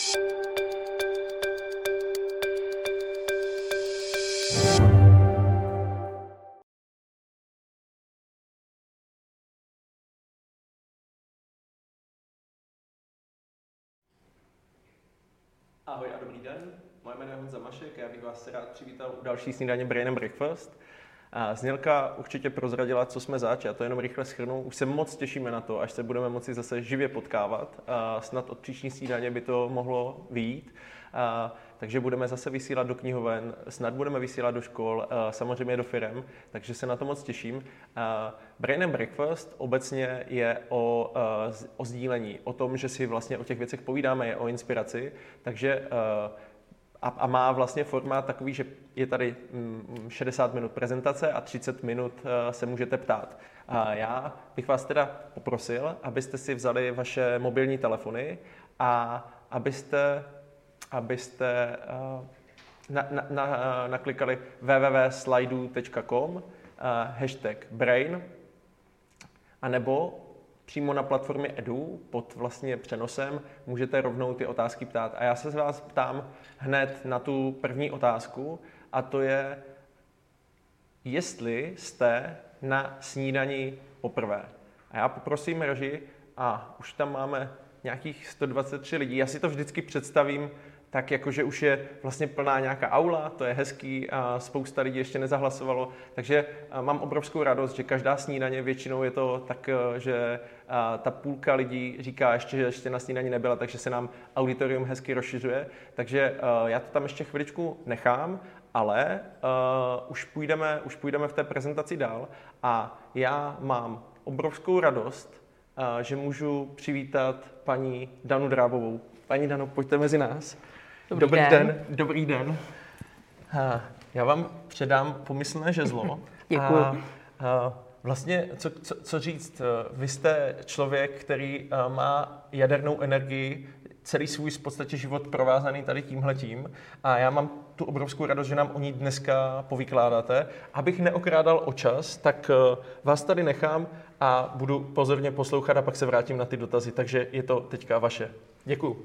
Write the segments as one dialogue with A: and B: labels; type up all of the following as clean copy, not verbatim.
A: Ahoj a dobrý den, moje jméno je Honza Mašek, já bych vás rád přivítal u další snídaně Brain and Breakfast. Znělka určitě prozradila, co jsme zač, já to jenom rychle shrnu. Už se moc těšíme na to, až se budeme moci zase živě potkávat. Snad od příští snídaně by to mohlo vyjít. Takže budeme zase vysílat do knihoven, snad budeme vysílat do škol, samozřejmě do firem, takže se na to moc těším. Brain and Breakfast obecně je o sdílení, o tom, že si vlastně o těch věcech povídáme, je o inspiraci, takže a má vlastně formát takový, že je tady 60 minut prezentace a 30 minut se můžete ptát. Já bych vás teda poprosil, abyste si vzali vaše mobilní telefony a abyste naklikali www.slidu.com #brain anebo přímo na platformě Edu pod vlastně přenosem můžete rovnou ty otázky ptát. A já se z vás ptám hned na tu první otázku a to je, jestli jste na snídani poprvé. A já poprosím režii, a už tam máme nějakých 123 lidí. Já si to vždycky představím tak, jakože už je vlastně plná nějaká aula, to je hezký a spousta lidí ještě nezahlasovalo. Takže mám obrovskou radost, že každá snídaně, většinou je to tak, že ta půlka lidí říká že ještě na snídani nebyla, takže se nám auditorium hezky rozšiřuje. Takže já to tam ještě chviličku nechám, ale už půjdeme v té prezentaci dál a já mám obrovskou radost, že můžu přivítat paní Danu Drábovou. Paní Dano, pojďte mezi nás. Dobrý den. Já vám předám pomyslné žezlo.
B: Děkuji.
A: Vlastně, co říct, vy jste člověk, který má jadernou energii, celý svůj v podstatě život provázaný tady tímhletím a já mám tu obrovskou radost, že nám o ní dneska povykládáte. Abych neokrádal o čas, tak vás tady nechám a budu pozorně poslouchat a pak se vrátím na ty dotazy, takže je to teďka vaše. Děkuju.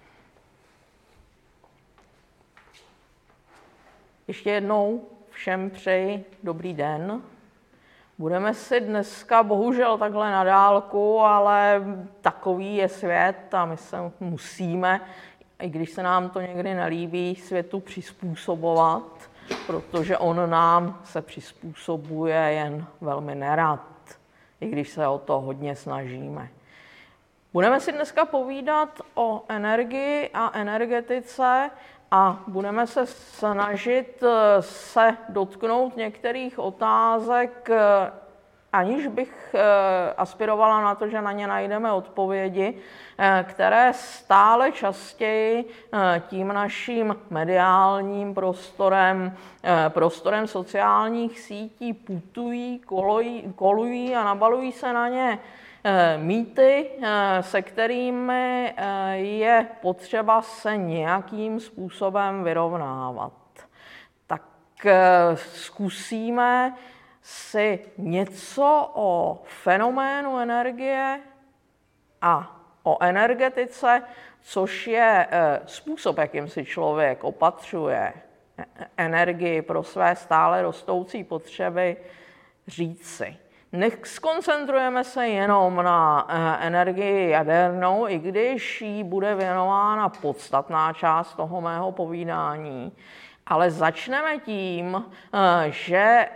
B: Ještě jednou všem přeji dobrý den. Budeme si dneska, bohužel takhle na dálku, ale takový je svět a my se musíme, i když se nám to někdy nelíbí, světu přizpůsobovat, protože on nám se přizpůsobuje jen velmi nerad, i když se o to hodně snažíme. Budeme si dneska povídat o energii a energetice a budeme se snažit se dotknout některých otázek, aniž bych aspirovala na to, že na ně najdeme odpovědi, které stále častěji tím naším mediálním prostorem sociálních sítí putují, kolují a nabalují se na ně mýty, se kterými je potřeba se nějakým způsobem vyrovnávat. Tak zkusíme si něco o fenoménu energie a o energetice, což je způsob, jakým si člověk opatřuje energii pro své stále rostoucí potřeby, říci. Neskoncentrujeme se jenom na energii jadernou, i když jí bude věnována podstatná část toho mého povídání, ale začneme tím, že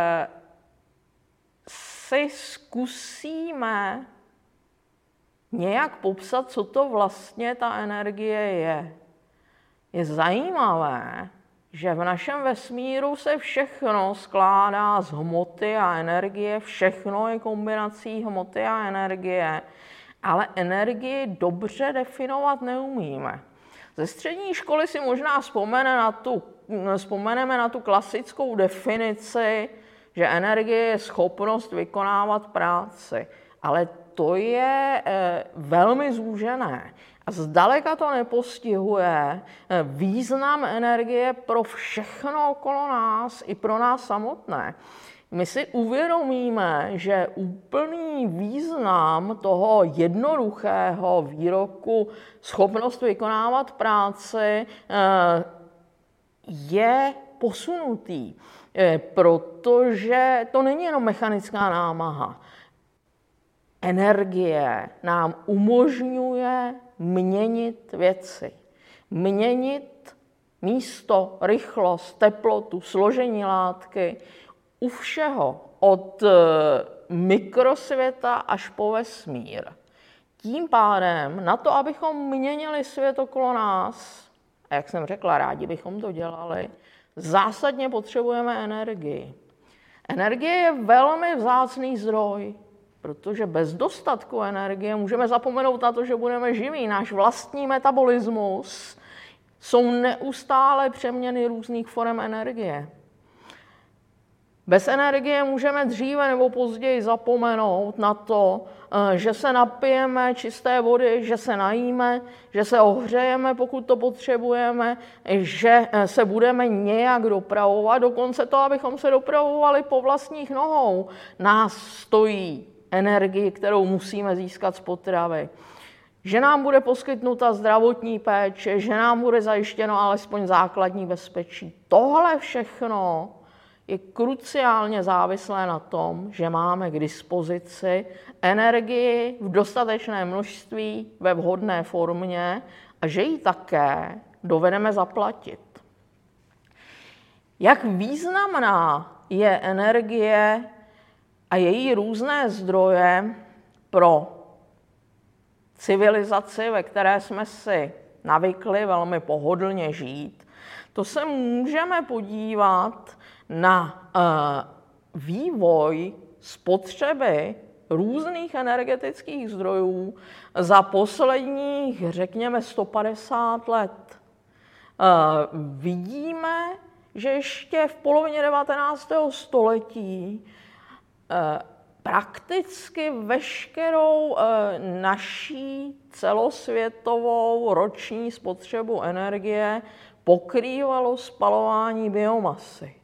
B: si zkusíme nějak popsat, co to vlastně ta energie je. Je zajímavé, že v našem vesmíru se všechno skládá z hmoty a energie, všechno je kombinací hmoty a energie, ale energii dobře definovat neumíme. Ze střední školy si možná vzpomeneme na tu klasickou definici, že energie je schopnost vykonávat práci, ale to je velmi zúžené. A zdaleka to nepostihuje význam energie pro všechno okolo nás i pro nás samotné. my si uvědomíme, že úplný význam toho jednoduchého výroku schopnost vykonávat práci je posunutý, protože to není jenom mechanická námaha. Energie nám umožňuje měnit věci. Měnit místo, rychlost, teplotu, složení látky, u všeho, od mikrosvěta až po vesmír. Tím pádem na to, abychom měnili svět okolo nás, a jak jsem řekla, rádi bychom to dělali, zásadně potřebujeme energii. Energie je velmi vzácný zdroj, protože bez dostatku energie můžeme zapomenout na to, že budeme živí. Náš vlastní metabolismus jsou neustále přeměny různých forem energie. Bez energie můžeme dříve nebo později zapomenout na to, že se napijeme čisté vody, že se najíme, že se ohřejeme, pokud to potřebujeme, že se budeme nějak dopravovat. Dokonce to, abychom se dopravovali po vlastních nohou, nás stojí energii, kterou musíme získat z potravy. Že nám bude poskytnuta zdravotní péče, že nám bude zajištěno alespoň základní bezpečí. Tohle všechno je kruciálně závislé na tom, že máme k dispozici energii v dostatečné množství, ve vhodné formě a že ji také dovedeme zaplatit. Jak významná je energie a její různé zdroje pro civilizaci, ve které jsme si navykli velmi pohodlně žít, to se můžeme podívat na vývoj spotřeby různých energetických zdrojů za posledních, řekněme, 150 let. Vidíme, že ještě v polovině 19. století prakticky veškerou naší celosvětovou roční spotřebu energie pokrývalo spalování biomasy.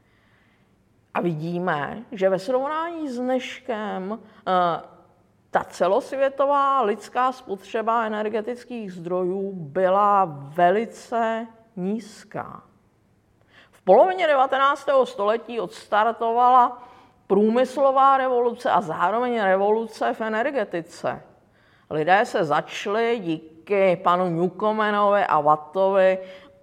B: A vidíme, že ve srovnání s dneškem ta celosvětová lidská spotřeba energetických zdrojů byla velice nízká. V polovině 19. století odstartovala průmyslová revoluce a zároveň revoluce v energetice. Lidé se začali díky panu Newcomanovi a Wattovi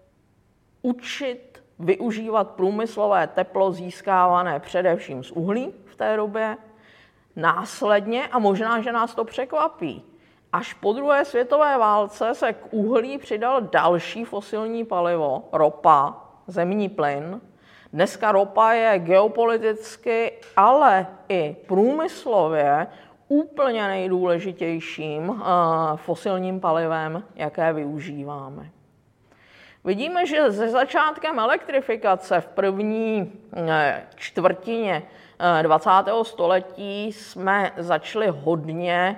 B: učit využívat průmyslové teplo získávané především z uhlí v té době. Následně, a možná, že nás to překvapí, až po druhé světové válce se k uhlí přidal další fosilní palivo, ropa, zemní plyn. Dneska ropa je geopoliticky, ale i průmyslově úplně nejdůležitějším fosilním palivem, jaké využíváme. Vidíme, že se začátkem elektrifikace v první čtvrtině 20. století jsme začali hodně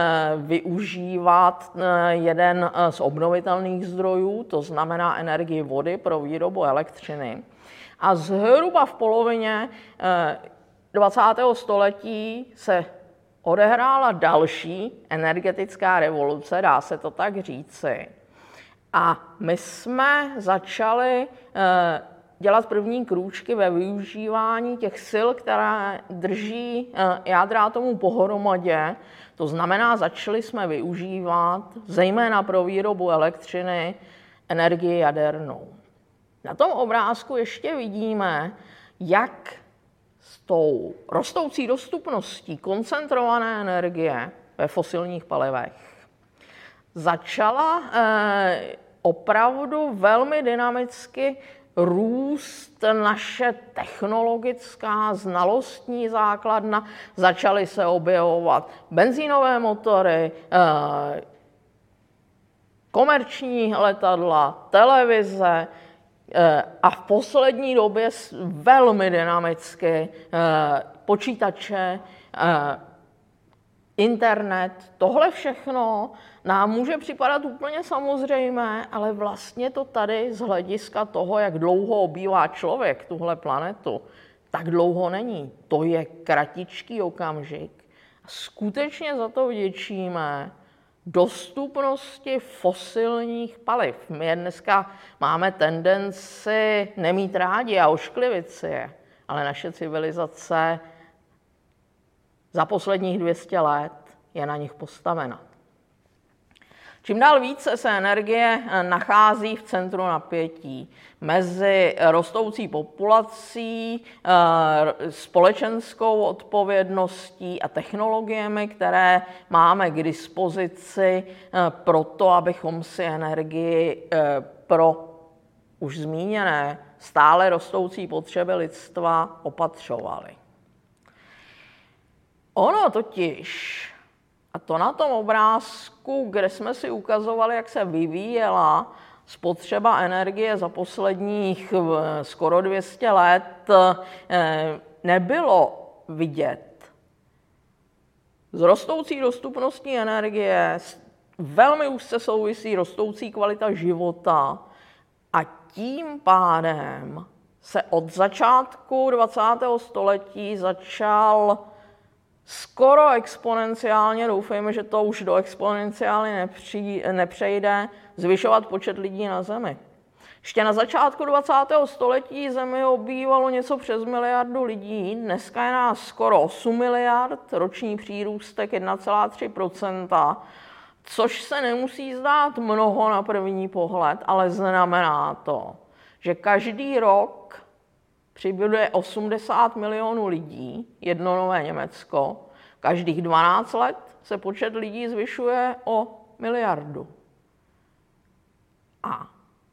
B: využívat jeden z obnovitelných zdrojů, to znamená energii vody pro výrobu elektřiny. A zhruba v polovině 20. století se odehrála další energetická revoluce, dá se to tak říci. A my jsme začali dělat první krůčky ve využívání těch sil, které drží jádra atomů pohromadě. To znamená, začali jsme využívat, zejména pro výrobu elektřiny, energii jadernou. Na tom obrázku ještě vidíme, jak s tou rostoucí dostupností koncentrované energie ve fosilních palivech začala opravdu velmi dynamicky růst naše technologická znalostní základna. Začaly se objevovat benzínové motory, komerční letadla, televize a v poslední době velmi dynamicky počítače, internet. Tohle všechno nám může připadat úplně samozřejmé, ale vlastně to tady z hlediska toho, jak dlouho obývá člověk tuhle planetu, tak dlouho není. To je kratičký okamžik. Skutečně za to vděčíme dostupnosti fosilních paliv. My dneska máme tendenci nemít rádi a ošklivit si je, ale naše civilizace za posledních 200 let je na nich postavena. Čím dál více se energie nachází v centru napětí mezi rostoucí populací, společenskou odpovědností a technologiemi, které máme k dispozici pro to, abychom si energii pro už zmíněné stále rostoucí potřeby lidstva opatřovali. Ono totiž, a to na tom obrázku, kde jsme si ukazovali, jak se vyvíjela spotřeba energie za posledních skoro 200 let, nebylo vidět. S rostoucí dostupností energie velmi úzce souvisí rostoucí kvalita života a tím pádem se od začátku 20. století začal skoro exponenciálně, doufejme, že to už do exponenciálně nepřejde, zvyšovat počet lidí na Zemi. Ještě na začátku 20. století Zemi obývalo něco přes miliardu lidí, dneska je nás skoro 8 miliard, roční přírůstek 1,3%, což se nemusí zdát mnoho na první pohled, ale znamená to, že každý rok přibude 80 milionů lidí, jedno nové Německo, každých 12 let se počet lidí zvyšuje o miliardu. A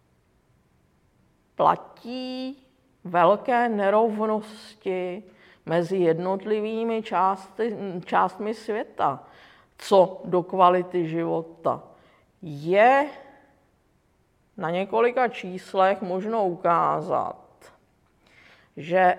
B: platí velké nerovnosti mezi jednotlivými částmi světa, co do kvality života. Je na několika číslech možno ukázat, že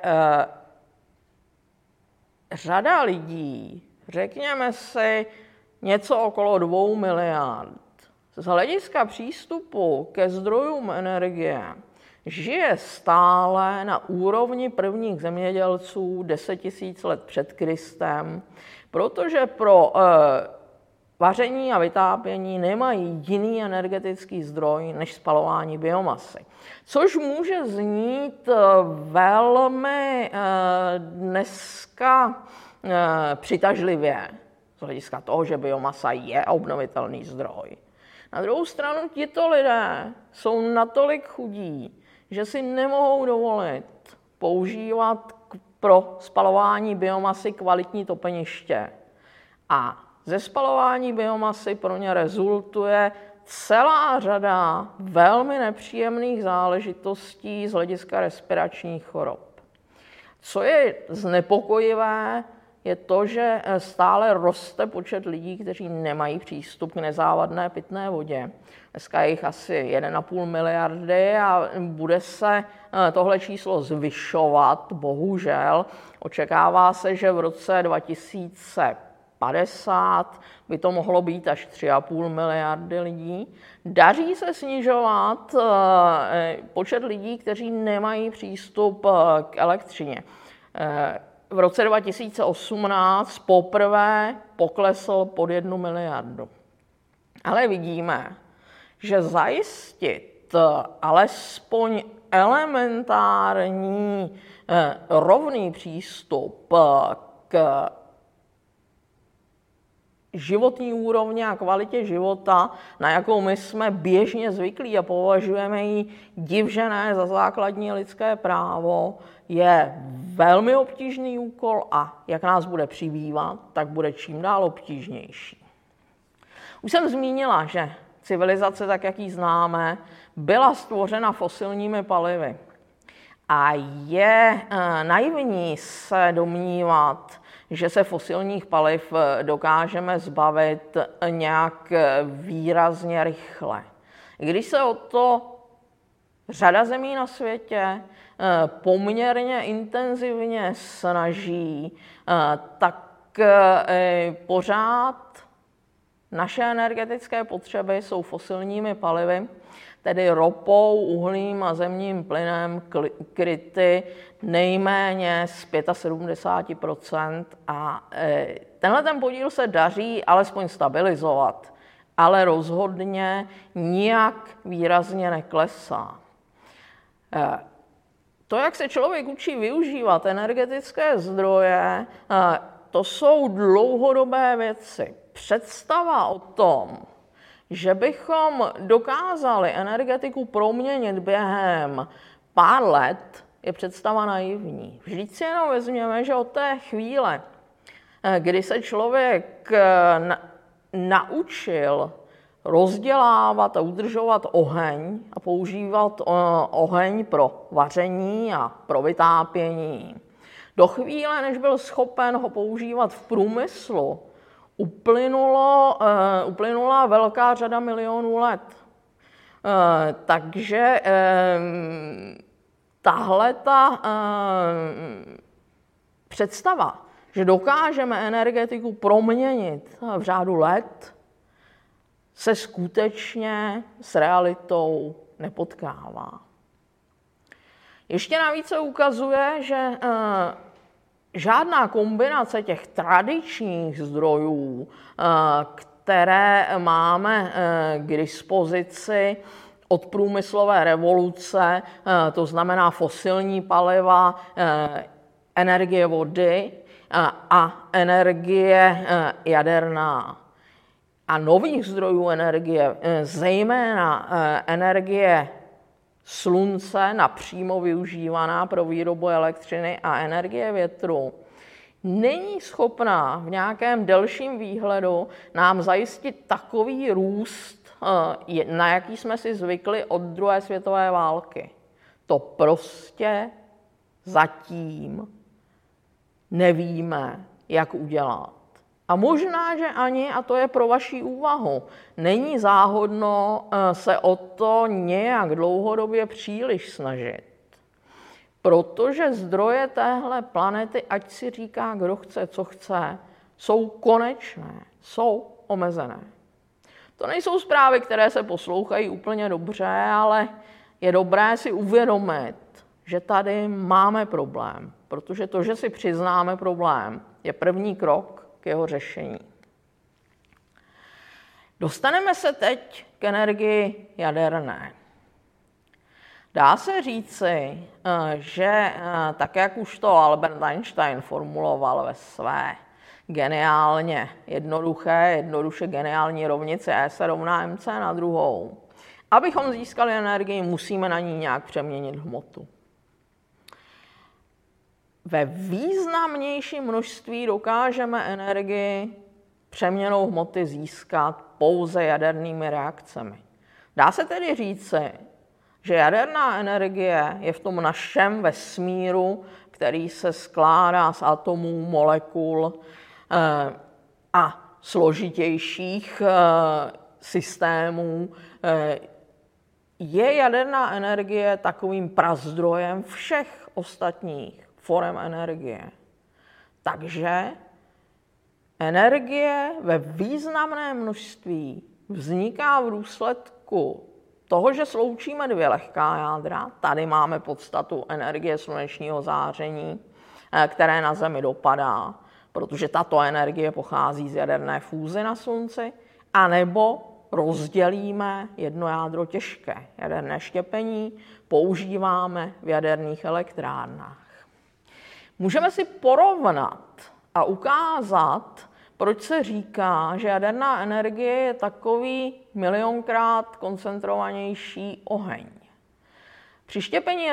B: řada lidí, řekněme si něco okolo 2 miliard, z hlediska přístupu ke zdrojům energie žije stále na úrovni prvních zemědělců 10 000 let před Kristem, protože pro vaření a vytápění nemají jiný energetický zdroj než spalování biomasy. Což může znít velmi dneska přitažlivě z hlediska toho, že biomasa je obnovitelný zdroj. Na druhou stranu tito lidé jsou natolik chudí, že si nemohou dovolit používat pro spalování biomasy kvalitní topeniště. A ze spalování biomasy pro ně rezultuje celá řada velmi nepříjemných záležitostí z hlediska respiračních chorob. Co je znepokojivé, je to, že stále roste počet lidí, kteří nemají přístup k nezávadné pitné vodě. Dneska je jich asi 1,5 miliardy a bude se tohle číslo zvyšovat, bohužel. Očekává se, že v roce 2050 by to mohlo být až 3,5 miliardy lidí. Daří se snižovat počet lidí, kteří nemají přístup k elektřině. V roce 2018 poprvé poklesl pod 1 miliardu. Ale vidíme, že zajistit alespoň elementární rovný přístup k životní úrovně a kvalitě života, na jakou my jsme běžně zvyklí a považujeme ji divžené za základní lidské právo, je velmi obtížný úkol a jak nás bude přibývat, tak bude čím dál obtížnější. Už jsem zmínila, že civilizace, tak jak ji známe, byla stvořena fosilními palivy. A je naivní se domnívat, že se fosilních paliv dokážeme zbavit nějak výrazně rychle. Když se o to řada zemí na světě poměrně intenzivně snaží, tak pořád Naše energetické potřeby jsou fosilními palivy, tedy ropou, uhlím a zemním plynem kryty nejméně z 75%. A tenhle ten podíl se daří alespoň stabilizovat, ale rozhodně nijak výrazně neklesá. To, jak se člověk učí využívat energetické zdroje, to jsou dlouhodobé věci. Představa o tom, že bychom dokázali energetiku proměnit během pár let, je představa naivní. Vždyť si jenom vezměme, že od té chvíle, kdy se člověk naučil rozdělávat a udržovat oheň a používat oheň pro vaření a pro vytápění, do chvíle, než byl schopen ho používat v průmyslu, uplynula velká řada milionů let. Takže tahle představa, že dokážeme energetiku proměnit v řádu let, se skutečně s realitou nepotkává. Ještě navíc se ukazuje, že žádná kombinace těch tradičních zdrojů, které máme k dispozici od průmyslové revoluce, to znamená fosilní paliva, energie vody a energie jaderná, a nových zdrojů energie, zejména energie slunce napřímo využívaná pro výrobu elektřiny a energie větru, není schopná v nějakém delším výhledu nám zajistit takový růst, na jaký jsme si zvykli od druhé světové války. To prostě zatím nevíme, jak udělat. A možná, že ani, a to je pro vaši úvahu, není záhodno se o to nějak dlouhodobě příliš snažit. Protože zdroje téhle planety, ať si říká, kdo chce, co chce, jsou konečné, jsou omezené. To nejsou zprávy, které se poslouchají úplně dobře, ale je dobré si uvědomit, že tady máme problém. Protože to, že si přiznáme problém, je první krok k jeho řešení. Dostaneme se teď k energii jaderné. Dá se říci, že tak, jak už to Albert Einstein formuloval ve své jednoduše geniální rovnici E se rovná mc na druhou. Abychom získali energii, musíme na ní nějak přeměnit hmotu. Ve významnějším množství dokážeme energii přeměnou hmoty získat pouze jadernými reakcemi. Dá se tedy říci, že jaderná energie je v tom našem vesmíru, který se skládá z atomů, molekul a složitějších systémů, je jaderná energie takovým prazdrojem všech ostatních forem energie. Takže energie ve významném množství vzniká v důsledku toho, že sloučíme dvě lehká jádra. Tady máme podstatu energie slunečního záření, které na Zemi dopadá, protože tato energie pochází z jaderné fúze na Slunci, anebo rozdělíme jedno jádro těžké. Jaderné štěpení používáme v jaderných elektrárnách. Můžeme si porovnat a ukázat, proč se říká, že jaderná energie je takový milionkrát koncentrovanější oheň. Při štěpení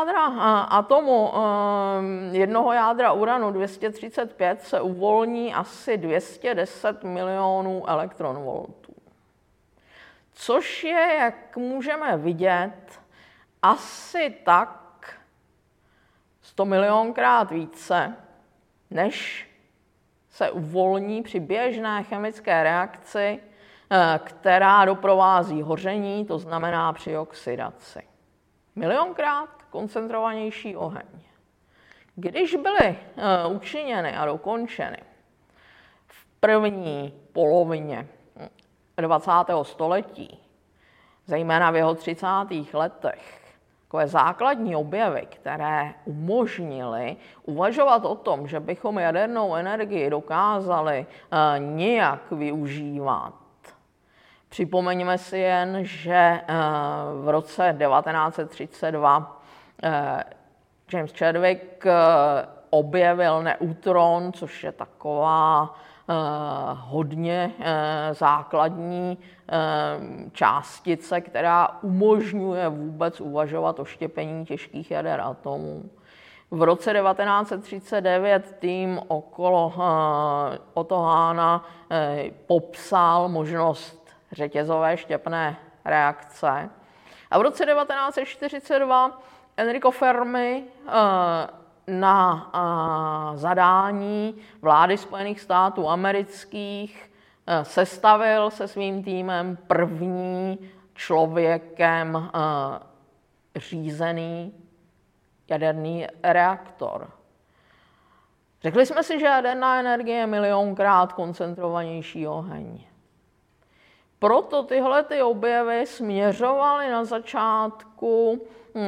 B: jednoho jádra uranu 235 se uvolní asi 210 milionů elektronvoltů. Což je, jak můžeme vidět, asi tak 100 milionkrát více, než se uvolní při běžné chemické reakci, která doprovází hoření, to znamená při oxidaci. Milionkrát koncentrovanější oheň. Když byly učiněny a dokončeny v první polovině 20. století, zejména v jeho 30. letech, takové základní objevy, které umožnily uvažovat o tom, že bychom jadernou energii dokázali nějak využívat. Připomeňme si jen, že v roce 1932 James Chadwick objevil neutron, což je taková hodně základní částice, která umožňuje vůbec uvažovat o štěpení těžkých jader atomů. V roce 1939 tým okolo Otto Hahna popsal možnost řetězové štěpné reakce. A v roce 1942 Enrico Fermi na zadání vlády Spojených států amerických sestavil se svým týmem první člověkem řízený jaderný reaktor. Řekli jsme si, že jaderná energie je milionkrát koncentrovanější oheň. Proto tyhle objevy směřovaly na začátku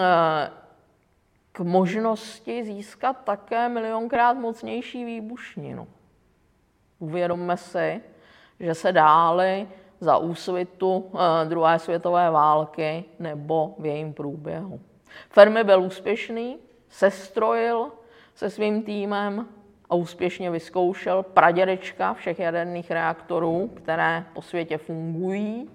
B: k možnosti získat také milionkrát mocnější výbušninu. Uvědomme si, že se dály za úsvitu druhé světové války nebo v jejím průběhu. Fermi byl úspěšný, sestrojil se svým týmem a úspěšně vyzkoušel pradědečka všech jaderných reaktorů, které po světě fungují.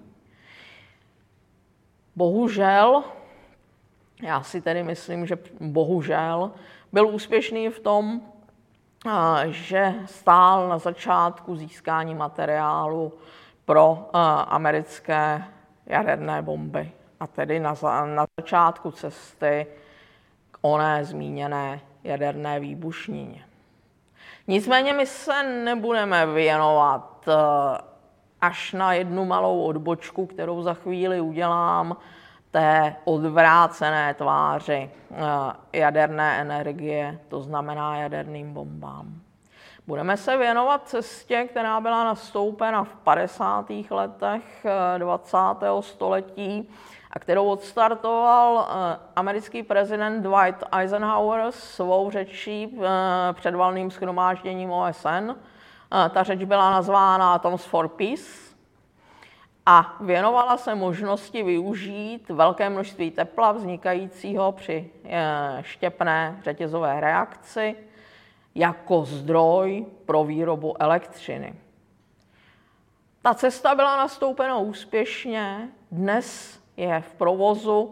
B: Bohužel, já si tedy myslím, že bohužel byl úspěšný v tom, že stál na začátku získání materiálu pro americké jaderné bomby. A tedy na začátku cesty k oné zmíněné jaderné výbušnině. Nicméně my se nebudeme věnovat až na jednu malou odbočku, kterou za chvíli udělám, té odvrácené tváři jaderné energie, to znamená jaderným bombám. Budeme se věnovat cestě, která byla nastoupena v 50. letech 20. století a kterou odstartoval americký prezident Dwight Eisenhower svou řečí před valným shromážděním OSN. Ta řeč byla nazvána Atoms for Peace a věnovala se možnosti využít velké množství tepla vznikajícího při štěpné řetězové reakci jako zdroj pro výrobu elektřiny. Ta cesta byla nastoupena úspěšně. Dnes je v provozu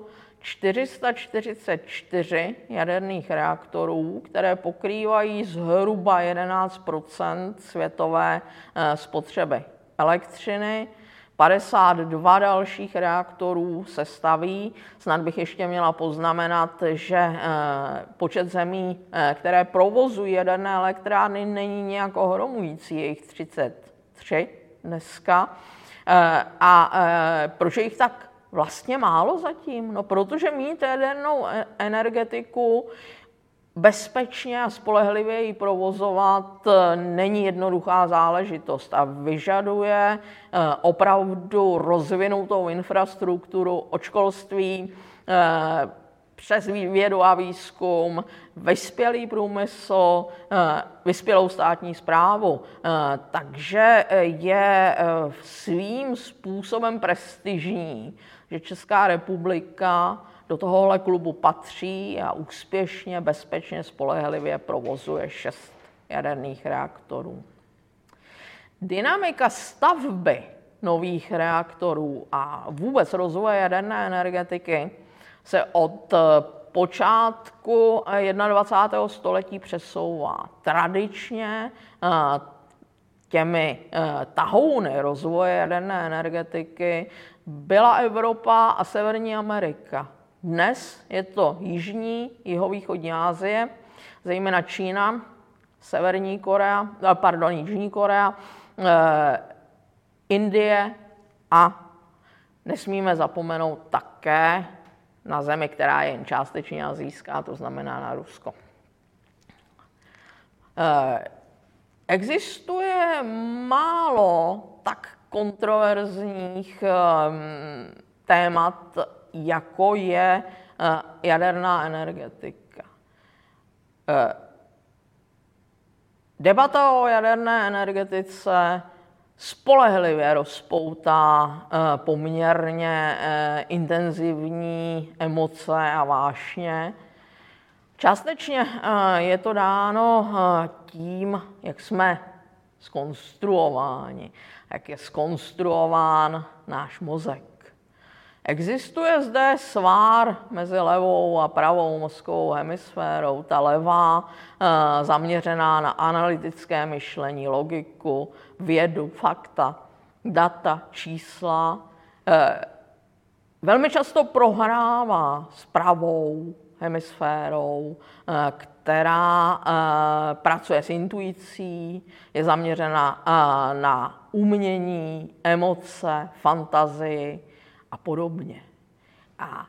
B: 444 jaderných reaktorů, které pokrývají zhruba 11 % světové spotřeby elektřiny. 52 dalších reaktorů se staví. Snad bych ještě měla poznamenat, že počet zemí, které provozují jaderné elektrárny, není nějak ohromující, je jich 33 dneska. A proč je jich tak vlastně málo zatím? No, protože mít jadernou energetiku bezpečně a spolehlivě ji provozovat není jednoduchá záležitost a vyžaduje opravdu rozvinutou infrastrukturu od školství přes vědu a výzkum, vyspělý průmysl, vyspělou státní správu. Takže je svým způsobem prestižní, že Česká republika do tohohle klubu patří a úspěšně, bezpečně, spolehlivě provozuje 6 jaderných reaktorů. Dynamika stavby nových reaktorů a vůbec rozvoje jaderné energetiky se od počátku 21. století přesouvá. Tradičně těmi tahouny rozvoje jaderné energetiky byla Evropa a Severní Amerika. Dnes je to jihovýchodní Asie, zejména Čína, Jižní Korea, Indie a nesmíme zapomenout také na zemi, která je jen částečně asijská, to znamená na Rusko. Existuje málo tak kontroverzních témat, jako je jaderná energetika. Debata o jaderné energetice spolehlivě rozpoutá poměrně intenzivní emoce a vášně. Částečně je to dáno tím, jak jsme zkonstruováni, jak je zkonstruován náš mozek. Existuje zde svár mezi levou a pravou mozkovou hemisférou. Ta levá zaměřená na analytické myšlení, logiku, vědu, fakta, data, čísla, velmi často prohrává s pravou hemisférou, která pracuje s intuicí, je zaměřena na umění, emoce, fantazii a podobně. A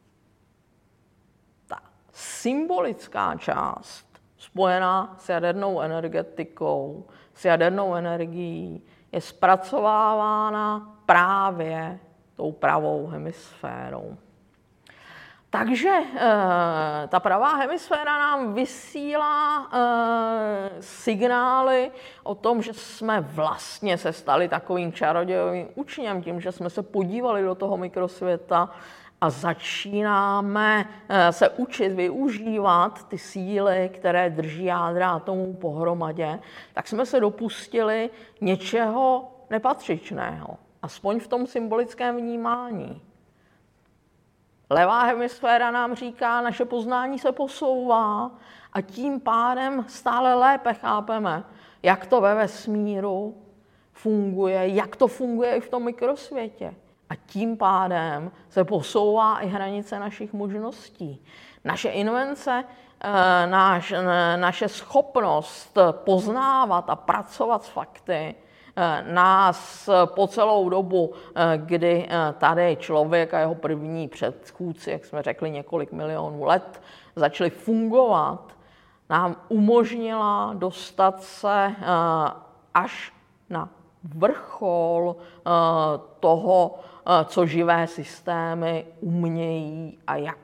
B: ta symbolická část spojená s jadernou energetikou, s jadernou energií, je zpracovávána právě tou pravou hemisférou. Takže ta pravá hemisféra nám vysílá signály o tom, že jsme vlastně se stali takovým čarodějovým učněm, tím, že jsme se podívali do toho mikrosvěta a začínáme se učit využívat ty síly, které drží jádra atomů pohromadě, tak jsme se dopustili něčeho nepatřičného, aspoň v tom symbolickém vnímání. Levá hemisféra nám říká, naše poznání se posouvá a tím pádem stále lépe chápeme, jak to ve vesmíru funguje, jak to funguje i v tom mikrosvětě. A tím pádem se posouvá i hranice našich možností. Naše invence, naše schopnost poznávat a pracovat s fakty nás po celou dobu, kdy tady člověk a jeho první předchůdci, jak jsme řekli, několik milionů let, začali fungovat, nám umožnila dostat se až na vrchol toho, co živé systémy umějí a jak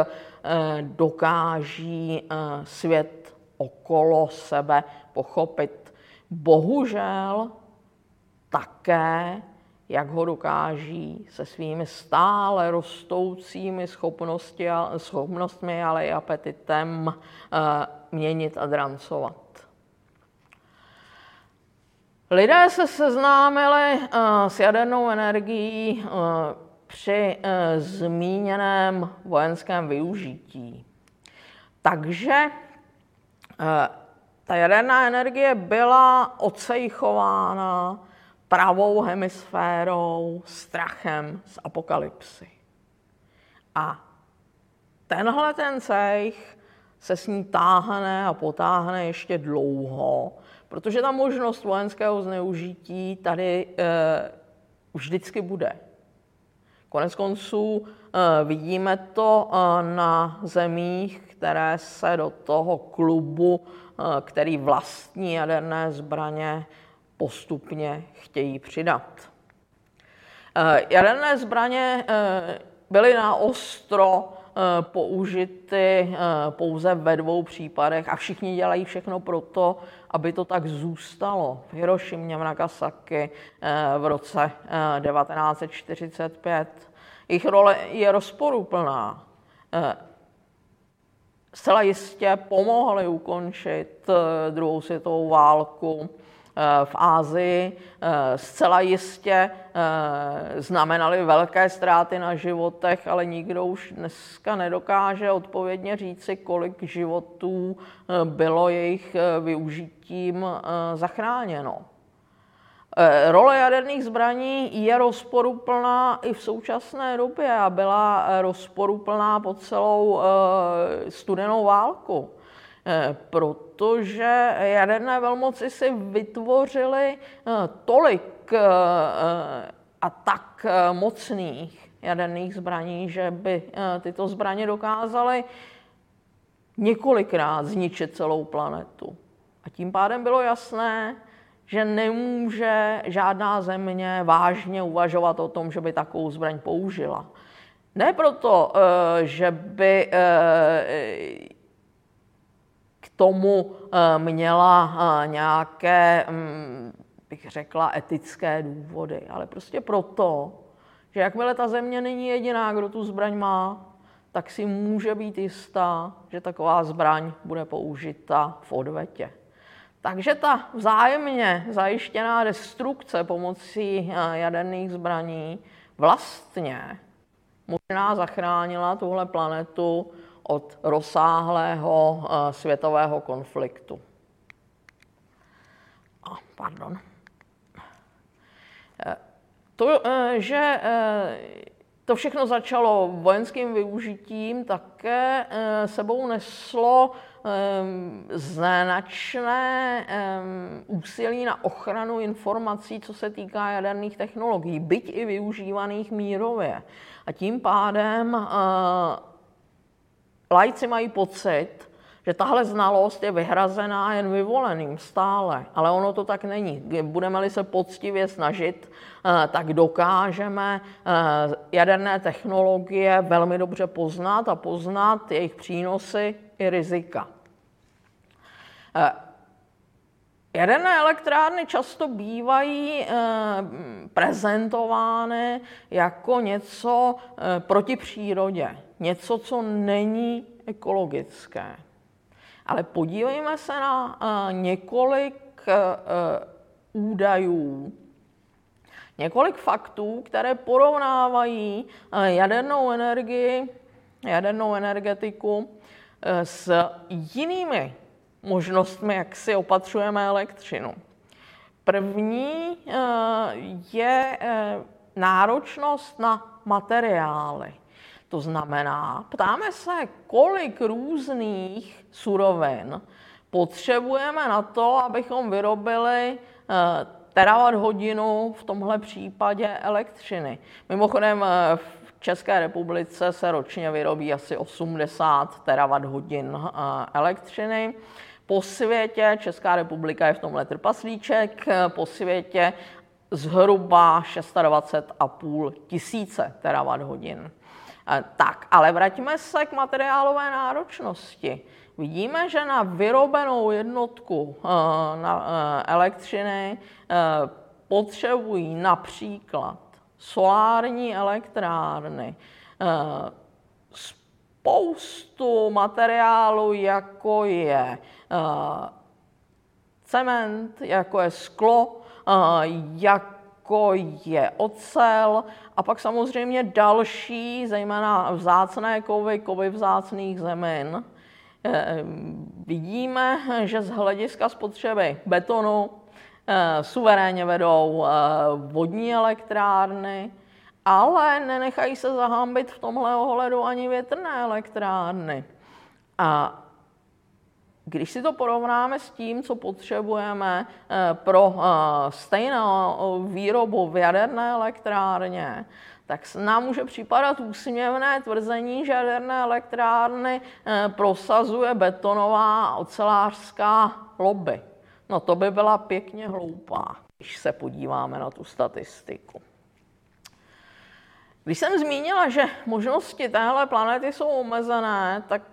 B: dokáží svět okolo sebe pochopit. Bohužel také, jak ho dokáží se svými stále rostoucími schopnostmi, ale i apetitem měnit a drancovat. Lidé se seznámili s jadernou energií při zmíněném vojenském využití. Takže ta jaderná energie byla ocejchována pravou hemisférou, strachem z apokalypsy. A tenhle ten cejch se s ní táhne a potáhne ještě dlouho, protože ta možnost vojenského zneužití tady vždycky bude. Konec konců vidíme to na zemích, které se do toho klubu, který vlastní jaderné zbraně, postupně chtějí přidat. Jaderné zbraně byly naostro použity pouze ve 2 případech a všichni dělají všechno pro to, aby to tak zůstalo. V Hirošimě, v Nagasaki v roce 1945. Jejich role je rozporuplná. Zcela jistě pomohli ukončit druhou světovou válku v Asii, zcela jistě znamenaly velké ztráty na životech, ale nikdo už dneska nedokáže odpovědně říci, kolik životů bylo jejich využitím zachráněno. Role jaderných zbraní je rozporuplná i v současné době a byla rozporuplná po celou studenou válku. Protože jaderné velmoci si vytvořily tolik a tak mocných jaderných zbraní, že by tyto zbraně dokázaly několikrát zničit celou planetu. A tím pádem bylo jasné, že nemůže žádná země vážně uvažovat o tom, že by takovou zbraň použila. Ne proto, že by k tomu měla nějaké, bych řekla, etické důvody, ale prostě proto, že jakmile ta země není jediná, kdo tu zbraň má, tak si může být jistá, že taková zbraň bude použita v odvetě. Takže ta vzájemně zajištěná destrukce pomocí jaderných zbraní vlastně možná zachránila tuhle planetu od rozsáhlého světového konfliktu. To všechno začalo vojenským využitím, také sebou neslo značné úsilí na ochranu informací, co se týká jaderných technologií, byť i využívaných mírově. A tím pádem laici mají pocit, že tahle znalost je vyhrazená jen vyvoleným stále, ale ono to tak není. Budeme-li se poctivě snažit, tak dokážeme jaderné technologie velmi dobře poznat a poznat jejich přínosy i rizika. Jaderné elektrárny často bývají prezentovány jako něco proti přírodě, něco, co není ekologické. Ale podívejme se na několik údajů, několik faktů, které porovnávají jadernou energii, jadernou energetiku s jinými možnostmi, jak si opatřujeme elektřinu. První je náročnost na materiály. To znamená, ptáme se, kolik různých surovin potřebujeme na to, abychom vyrobili terawatt-hodinu, v tomhle případě elektřiny. Mimochodem v České republice se ročně vyrobí asi 80 terawatt-hodin elektřiny. Po světě, Česká republika je v tomhle trpaslíček, po světě zhruba 26,5 tisíce terawatt-hodin. Tak, ale vraťme se k materiálové náročnosti. Vidíme, že na vyrobenou jednotku elektřiny potřebují například solární elektrárny, spoustu materiálu, jako je cement, jako je sklo, jako je ocel a pak samozřejmě další, zejména vzácné kovy, kovy vzácných zemin. Vidíme, že z hlediska spotřeby betonu suverénně vedou vodní elektrárny, ale nenechají se zahambit v tomhle ohledu ani větrné elektrárny. A když si to porovnáme s tím, co potřebujeme pro stejnou výrobu v jaderné elektrárně, tak nám může připadat úsměvné tvrzení, že jaderné elektrárny prosazuje betonová a ocelářská lobby. No to by byla pěkně hloupá, když se podíváme na tu statistiku. Když jsem zmínila, že možnosti téhle planety jsou omezené, tak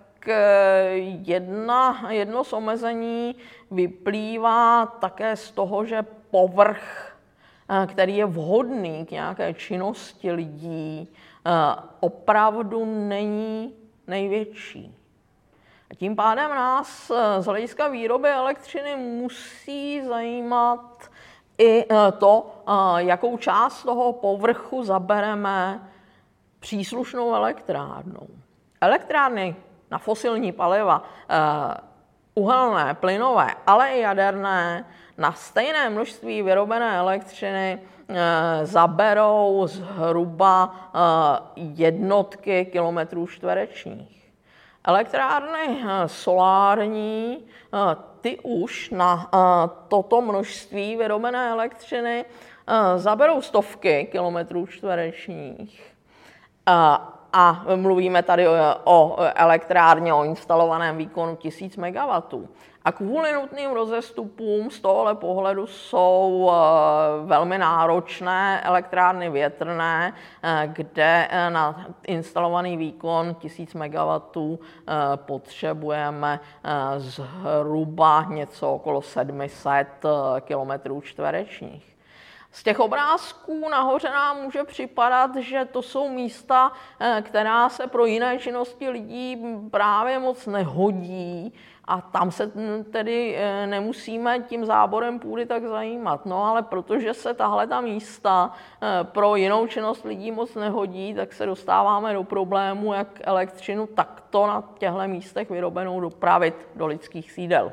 B: jedno z omezení vyplývá také z toho, že povrch, který je vhodný k nějaké činnosti lidí, opravdu není největší. A tím pádem nás z hlediska výroby elektřiny musí zajímat i to, jakou část toho povrchu zabereme příslušnou elektrárnou. Elektrárny na fosilní paliva, uhelné, plynové, ale i jaderné, na stejné množství vyrobené elektřiny zaberou zhruba jednotky kilometrů čtverečních. Elektrárny solární, ty už na toto množství vyrobené elektřiny zaberou stovky kilometrů čtverečních. A mluvíme tady o elektrárně, o instalovaném výkonu 1000 MW. A kvůli nutným rozestupům z tohohle pohledu jsou velmi náročné elektrárny větrné, kde na instalovaný výkon 1000 MW potřebujeme zhruba něco okolo 700 km². Z těch obrázků nahoře nám může připadat, že to jsou místa, která se pro jiné činnosti lidí právě moc nehodí a tam se tedy nemusíme tím záborem půdy tak zajímat. No ale protože se tahleta místa pro jinou činnost lidí moc nehodí, tak se dostáváme do problému, jak elektřinu takto na těchto místech vyrobenou dopravit do lidských sídel.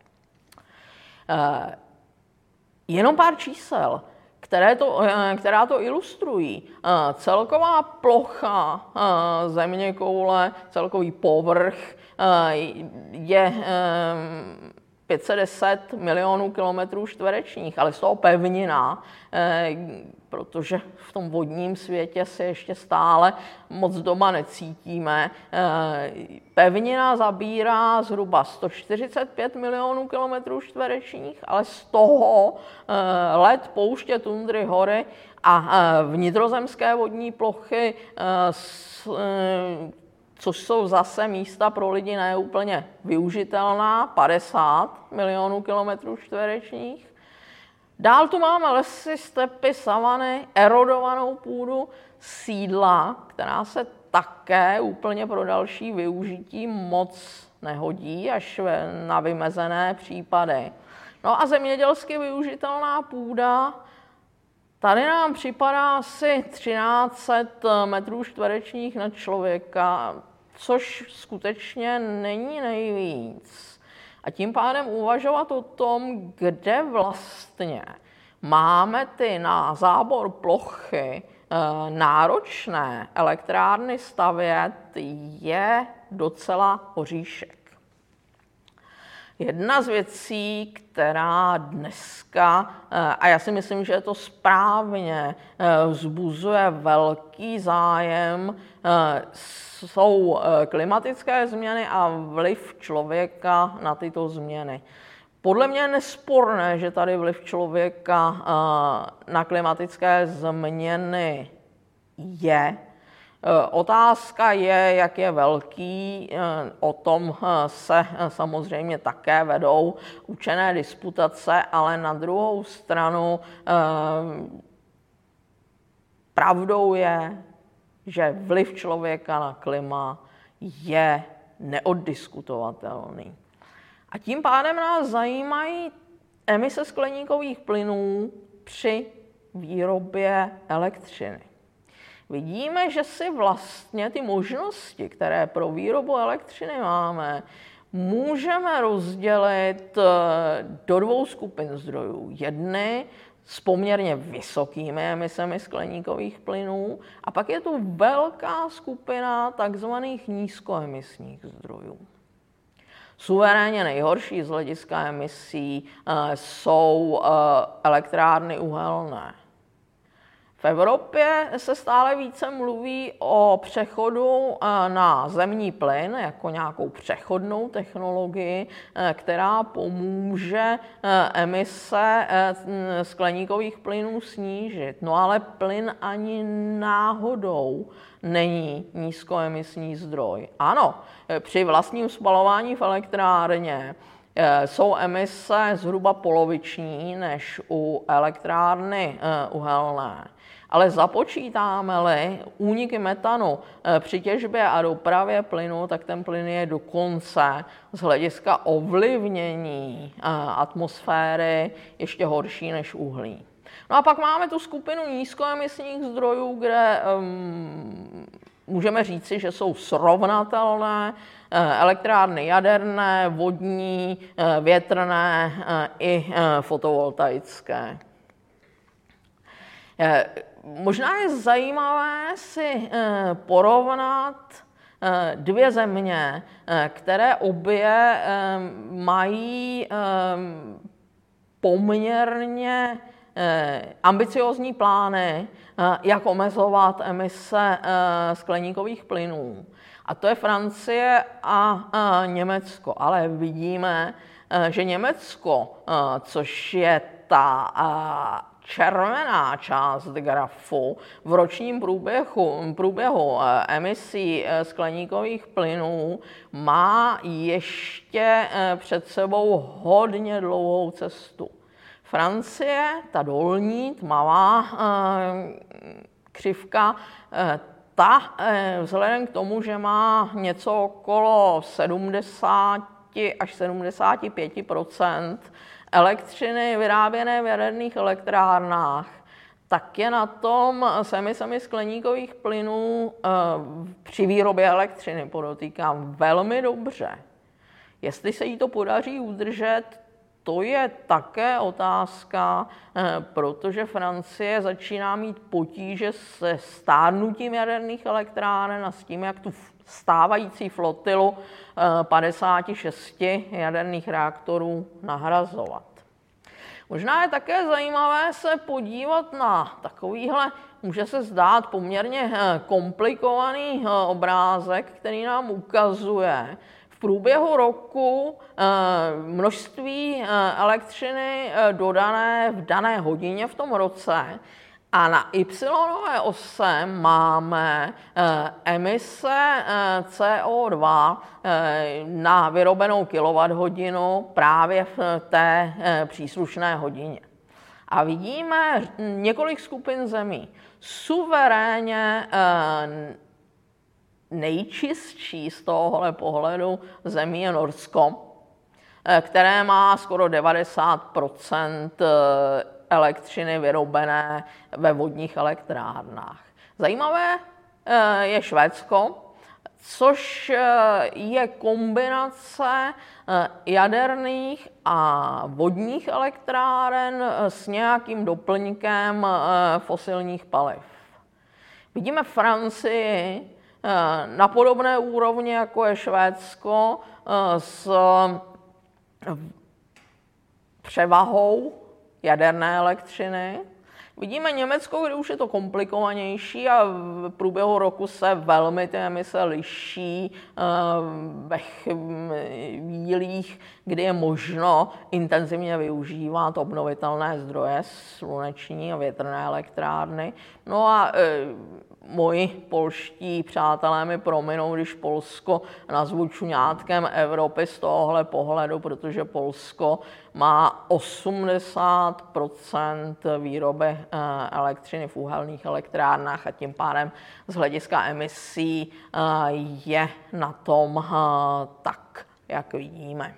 B: Jenom pár čísel, která to ilustrují. Celková plocha zeměkoule, celkový povrch je 510 milionů kilometrů čtverečních, ale z toho pevnina, protože v tom vodním světě se ještě stále moc doma necítíme. Pevnina zabírá zhruba 145 milionů kilometrů čtverečních, ale z toho led, pouště, tundry, hory a vnitrozemské vodní plochy, což jsou zase místa pro lidi neúplně využitelná, 50 milionů kilometrů čtverečních. Dál tu máme lesy, stepy, savany, erodovanou půdu, sídla, která se také úplně pro další využití moc nehodí, až na vymezené případy. No a zemědělsky využitelná půda, tady nám připadá asi 1300 metrů čtverečních na člověka, což skutečně není nejvíc. A tím pádem uvažovat o tom, kde vlastně máme ty na zábor plochy náročné elektrárny stavět, je docela oříšek. Jedna z věcí, která dneska, a já si myslím, že je to správně, vzbuzuje velký zájem, jsou klimatické změny a vliv člověka na tyto změny. Podle mě je nesporné, že tady vliv člověka na klimatické změny je. Otázka je, jak je velký, o tom se samozřejmě také vedou učené disputace, ale na druhou stranu pravdou je, že vliv člověka na klima je neoddiskutovatelný. A tím pádem nás zajímají emise skleníkových plynů při výrobě elektřiny. Vidíme, že si vlastně ty možnosti, které pro výrobu elektřiny máme, můžeme rozdělit do dvou skupin zdrojů. Jedny s poměrně vysokými emisemi skleníkových plynů a pak je tu velká skupina takzvaných nízkoemisních zdrojů. Suverénně nejhorší z hlediska emisí jsou elektrárny uhelné. V Evropě se stále více mluví o přechodu na zemní plyn jako nějakou přechodnou technologii, která pomůže emise skleníkových plynů snížit. No ale plyn ani náhodou není nízkoemisní zdroj. Ano, při vlastním spalování v elektrárně jsou emise zhruba poloviční než u elektrárny uhelné. Ale započítáme-li úniky metanu při těžbě a dopravě plynu, tak ten plyn je dokonce z hlediska ovlivnění atmosféry ještě horší než uhlí. No a pak máme tu skupinu nízkoemisních zdrojů, kde můžeme říci, že jsou srovnatelné elektrárny jaderné, vodní, větrné i fotovoltaické. Možná je zajímavé si porovnat dvě země, které obě mají poměrně ambiciózní plány, jak omezovat emise skleníkových plynů. A to je Francie a Německo. Ale vidíme, že Německo, což je ta červená část grafu, v ročním průběhu emisí skleníkových plynů má ještě před sebou hodně dlouhou cestu. Francie, ta dolní, tmavá křivka, ta vzhledem k tomu, že má něco okolo 70 až 75% elektřiny vyráběné v jaderných elektrárnách, tak je na tom s emisemi skleníkových plynů při výrobě elektřiny, podotýkám, velmi dobře. Jestli se jí to podaří udržet, to je také otázka, protože Francie začíná mít potíže se stárnutím jaderných elektráren a s tím, jak tu stávající flotilu 56 jaderných reaktorů nahrazovat. Možná je také zajímavé se podívat na takovýhle, může se zdát poměrně komplikovaný obrázek, který nám ukazuje v průběhu roku množství elektřiny dodané v dané hodině v tom roce. A na y ose máme emise CO2 na vyrobenou kWh právě v té příslušné hodině. A vidíme několik skupin zemí. Suverénně nejčistší z tohohle pohledu zemí je Norsko, které má skoro 90% elektřiny vyrobené ve vodních elektrárnách. Zajímavé je Švédsko, což je kombinace jaderných a vodních elektráren s nějakým doplňkem fosilních paliv. Vidíme Francii na podobné úrovni, jako je Švédsko, s převahou jaderné elektřiny. Vidíme Německo, kde už je to komplikovanější a v průběhu roku se velmi ty emise liší ve chvílích, kdy je možno intenzivně využívat obnovitelné zdroje, sluneční a větrné elektrárny. No a moji polští přátelé mi prominou, když Polsko nazvu čuňátkem Evropy z tohohle pohledu, protože Polsko má 80% výroby elektřiny v uhelných elektrárnách a tím pádem z hlediska emisí je na tom tak, jak vidíme.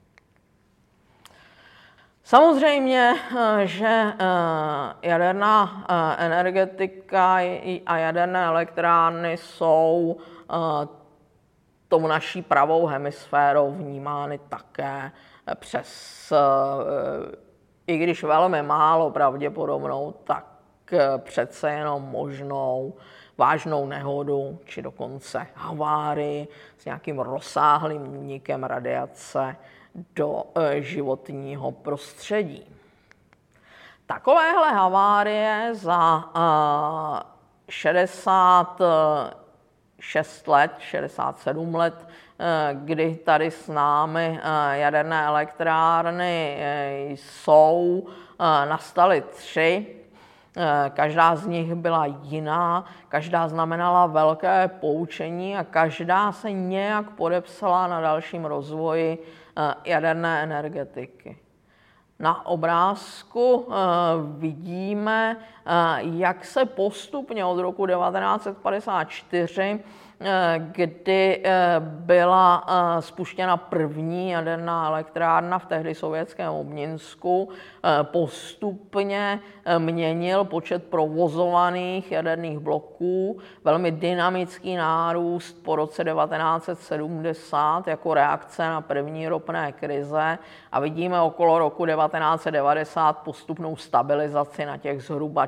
B: Samozřejmě, že jaderná energetika a jaderné elektrárny jsou tou naší pravou hemisférou vnímány také přes, i když velmi málo pravděpodobnou, tak přece jenom možnou vážnou nehodu či dokonce havárii s nějakým rozsáhlým únikem radiace do životního prostředí. Takovéhle havárie za 66 let, 67 let, kdy tady s námi jaderné elektrárny jsou, nastaly 3. Každá z nich byla jiná, každá znamenala velké poučení a každá se nějak podepsala na dalším rozvoji jaderné energetiky. Na obrázku vidíme, jak se postupně od roku 1954, kdy byla spuštěna první jaderná elektrárna v tehdy sovětském Obninsku, postupně měnil počet provozovaných jaderných bloků, velmi dynamický nárůst po roce 1970 jako reakce na první ropné krize a vidíme okolo roku 1990 postupnou stabilizaci na těch zhruba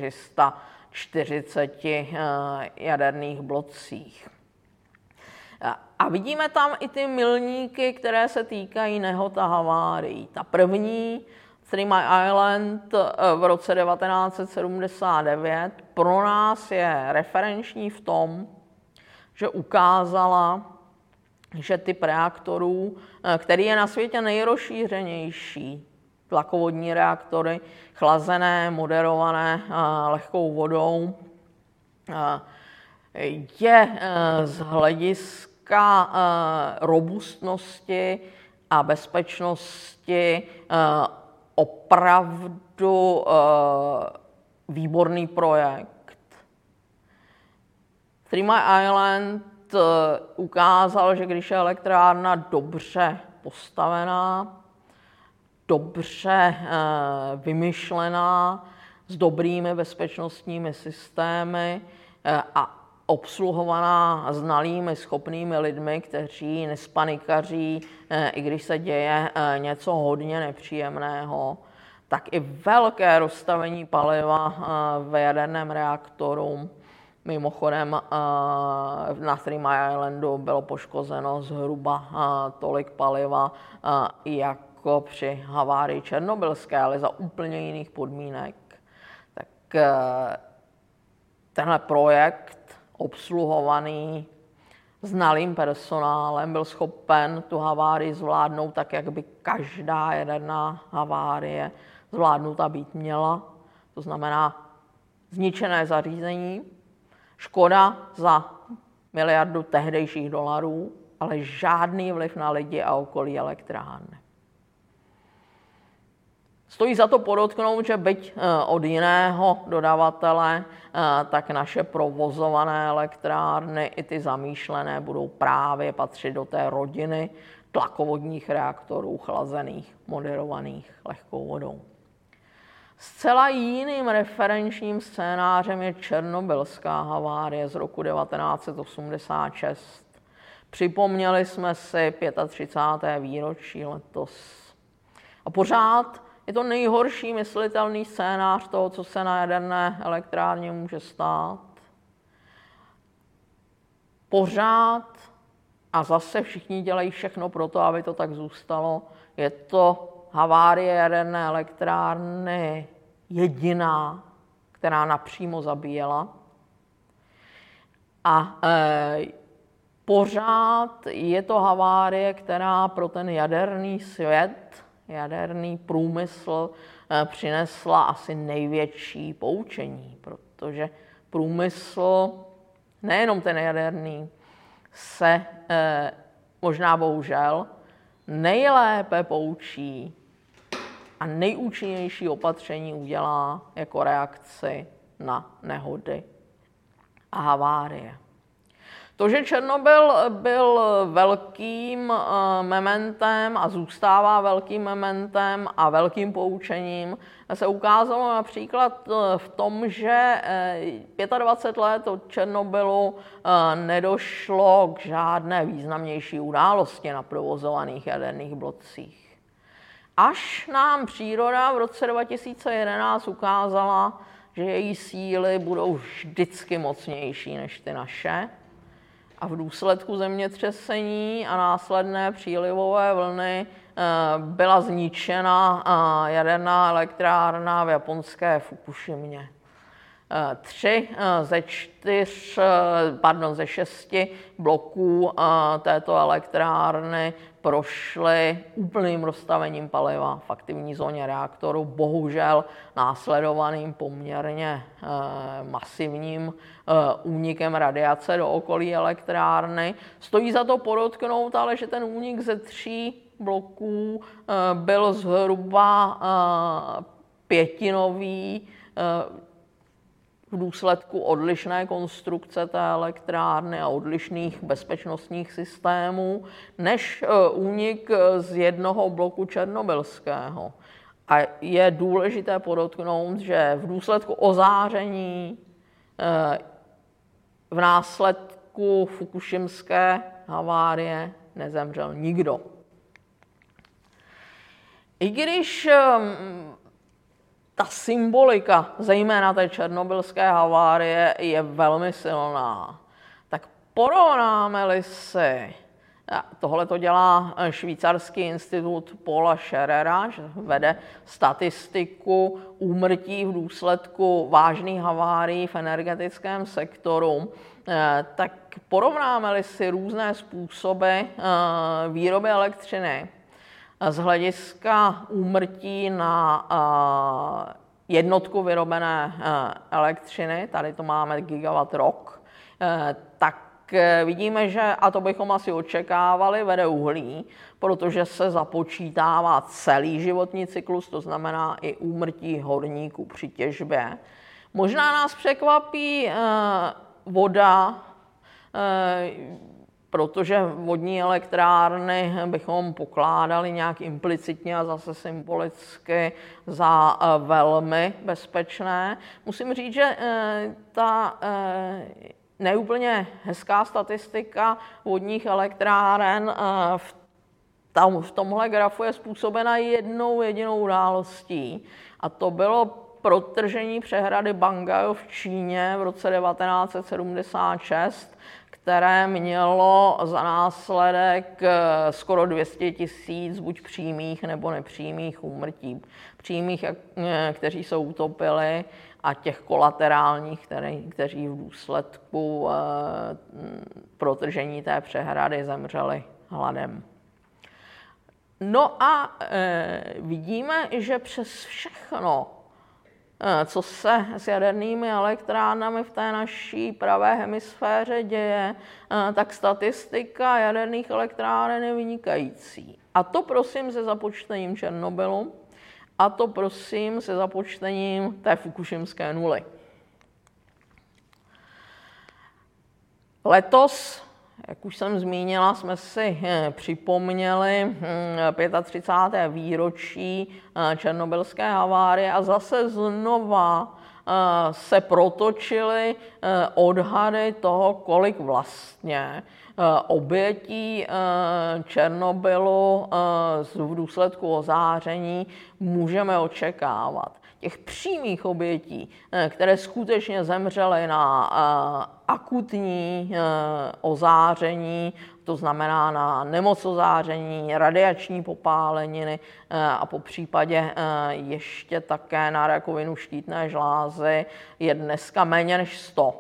B: 440 jaderných blocích. A vidíme tam i ty milníky, které se týkají nehod a havárií. Ta první, Three Mile Island v roce 1979 pro nás je referenční v tom, že ukázala, že typ reaktorů, který je na světě nejrozšířenější, tlakovodní reaktory, chlazené, moderované lehkou vodou, je z hlediska robustnosti a bezpečnosti opravdu výborný projekt. Three Mile Island ukázal, že když je elektrárna dobře postavená, dobře vymyšlená, s dobrými bezpečnostními systémy a obsluhovaná znalými, schopnými lidmi, kteří nespanikaří, i když se děje něco hodně nepříjemného, tak i velké rozstavení paliva v jaderném reaktoru. Mimochodem na Three Mile Islandu bylo poškozeno zhruba tolik paliva jako při havárii černobylské, ale za úplně jiných podmínek. Tak tenhle projekt obsluhovaný znalým personálem byl schopen tu havárii zvládnout tak, jak by každá jaderná havárie zvládnuta být měla. To znamená zničené zařízení, škoda za miliardu tehdejších dolarů, ale žádný vliv na lidi a okolí elektrárny. Stojí za to podotknout, že byť od jiného dodavatele, tak naše provozované elektrárny i ty zamýšlené budou právě patřit do té rodiny tlakovodních reaktorů chlazených, moderovaných lehkou vodou. Zcela jiným referenčním scénářem je černobylská havárie z roku 1986. Připomněli jsme si 35. výročí letos. A pořád je to nejhorší myslitelný scénář toho, co se na jaderné elektrárně může stát. Pořád, a zase všichni dělají všechno pro to, aby to tak zůstalo, je to havárie jaderné elektrárny jediná, která napřímo zabíjela. A pořád je to havárie, která pro ten jaderný svět, jaderný průmysl přinesla asi největší poučení, protože průmysl, nejenom ten jaderný, se možná bohužel nejlépe poučí a nejúčinnější opatření udělá jako reakci na nehody a havárie. To, že Černobyl byl velkým mementem a zůstává velkým mementem a velkým poučením, se ukázalo například v tom, že 25 let od Černobylu nedošlo k žádné významnější události na provozovaných jaderných blocích. Až nám příroda v roce 2011 ukázala, že její síly budou vždycky mocnější než ty naše, a v důsledku zemětřesení a následné přílivové vlny byla zničena jaderná elektrárna v japonské Fukushimě. 3 ze 6 bloků této elektrárny prošly úplným rozstavením paliva v aktivní zóně reaktoru, bohužel následovaným poměrně masivním únikem radiace do okolí elektrárny. Stojí za to podotknout, ale že ten únik ze 3 bloků byl zhruba pětinový v důsledku odlišné konstrukce té elektrárny a odlišných bezpečnostních systémů, než únik z jednoho bloku černobylského. A je důležité podotknout, že v důsledku ozáření v následku fukušimské havárie nezemřel nikdo. I když ta symbolika, zejména té černobylské havárie, je velmi silná, tak porovnáme-li si Tohle to dělá švýcarský institut Paula Scherera, že vede statistiku úmrtí v důsledku vážných havárií v energetickém sektoru. Tak porovnáme-li si různé způsoby výroby elektřiny z hlediska úmrtí na jednotku vyrobené elektřiny, tady to máme gigawatt rok, tak vidíme, že, a to bychom asi očekávali, vede uhlí, protože se započítává celý životní cyklus, to znamená i úmrtí horníků při těžbě. Možná nás překvapí voda, protože vodní elektrárny bychom pokládali nějak implicitně a zase symbolicky za velmi bezpečné. Musím říct, že ta neúplně hezká statistika vodních elektráren v tomhle grafu je způsobena jednou jedinou událostí, a to bylo protržení přehrady Bangao v Číně v roce 1976, které mělo za následek skoro 200 000 buď přímých nebo nepřímých úmrtí. Přímých, kteří se utopili, a těch kolaterálních, kteří v důsledku protržení té přehrady zemřeli hladem. No a vidíme, že přes všechno, co se s jadernými elektrárnami v té naší pravé hemisféře děje, tak statistika jaderných elektráren je vynikající. A to prosím se započtením Černobylu, a to prosím se započtením té fukušimské nuly. Letos, jak už jsem zmínila, jsme si připomněli 35. výročí černobylské havárie a zase znova se protočily odhady toho, kolik vlastně obětí Černobylu v důsledku ozáření můžeme očekávat. Těch přímých obětí, které skutečně zemřely na akutní ozáření, to znamená na nemoc ozáření, radiační popáleniny a po případě ještě také na rakovinu štítné žlázy, je dneska méně než 100.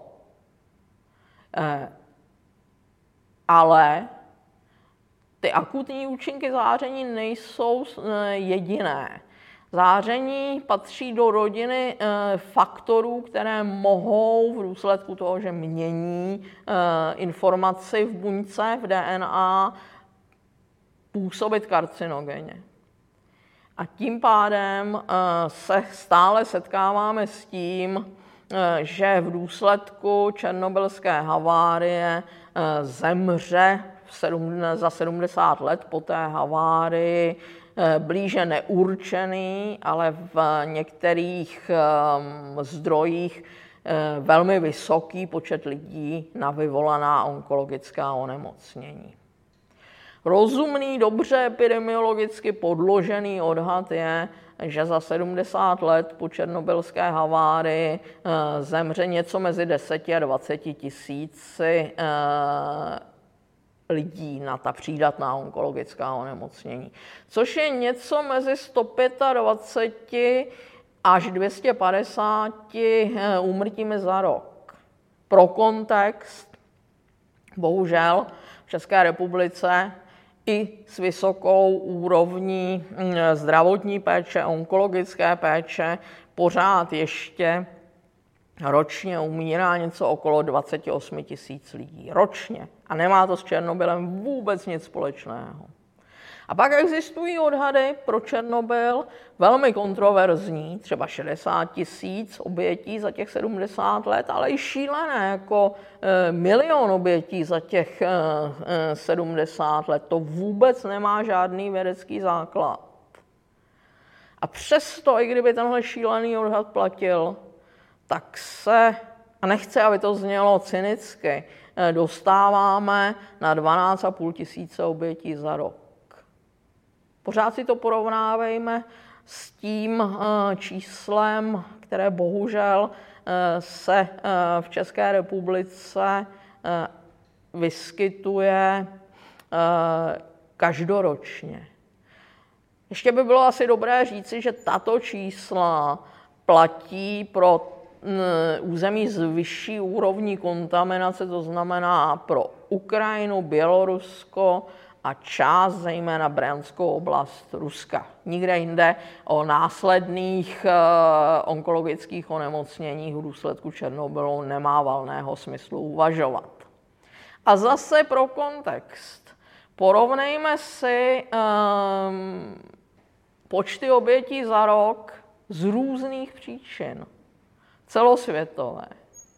B: Ale ty akutní účinky záření nejsou jediné. Záření patří do rodiny faktorů, které mohou v důsledku toho, že mění informaci v buňce, v DNA, působit karcinogenně. A tím pádem se stále setkáváme s tím, že v důsledku černobylské havárie zemře za 70 let po té havárii blíže neurčený, ale v některých zdrojích velmi vysoký počet lidí na vyvolaná onkologická onemocnění. Rozumný, dobře epidemiologicky podložený odhad je, že za 70 let po černobylské havárii zemře něco mezi 10 a 20 tisíci lidí na ta přídatná onkologická onemocnění, což je něco mezi 125 až 250 úmrtími za rok. Pro kontext, bohužel v České republice i s vysokou úrovní zdravotní péče, onkologické péče pořád ještě ročně umírá něco okolo 28 tisíc lidí. Ročně. A nemá to s Černobylem vůbec nic společného. A pak existují odhady pro Černobyl, velmi kontroverzní, třeba 60 tisíc obětí za těch 70 let, ale i šílené, jako 1 milion obětí za těch 70 let. To vůbec nemá žádný vědecký základ. A přesto, i kdyby tenhle šílený odhad platil, tak se, a nechci, aby to znělo cynicky, dostáváme na 12,5 tisíce obětí za rok. Pořád si to porovnávejme s tím číslem, které bohužel se v České republice vyskytuje každoročně. Ještě by bylo asi dobré říci, že tato čísla platí pro území s vyšší úrovní kontaminace, to znamená pro Ukrajinu, Bělorusko a část, zejména Bryanskou oblast Ruska. Nikde jinde o následných onkologických onemocněních v důsledku Černobylu nemá valného smyslu uvažovat. A zase pro kontext. Porovnejme si počty obětí za rok z různých příčin, celosvětové.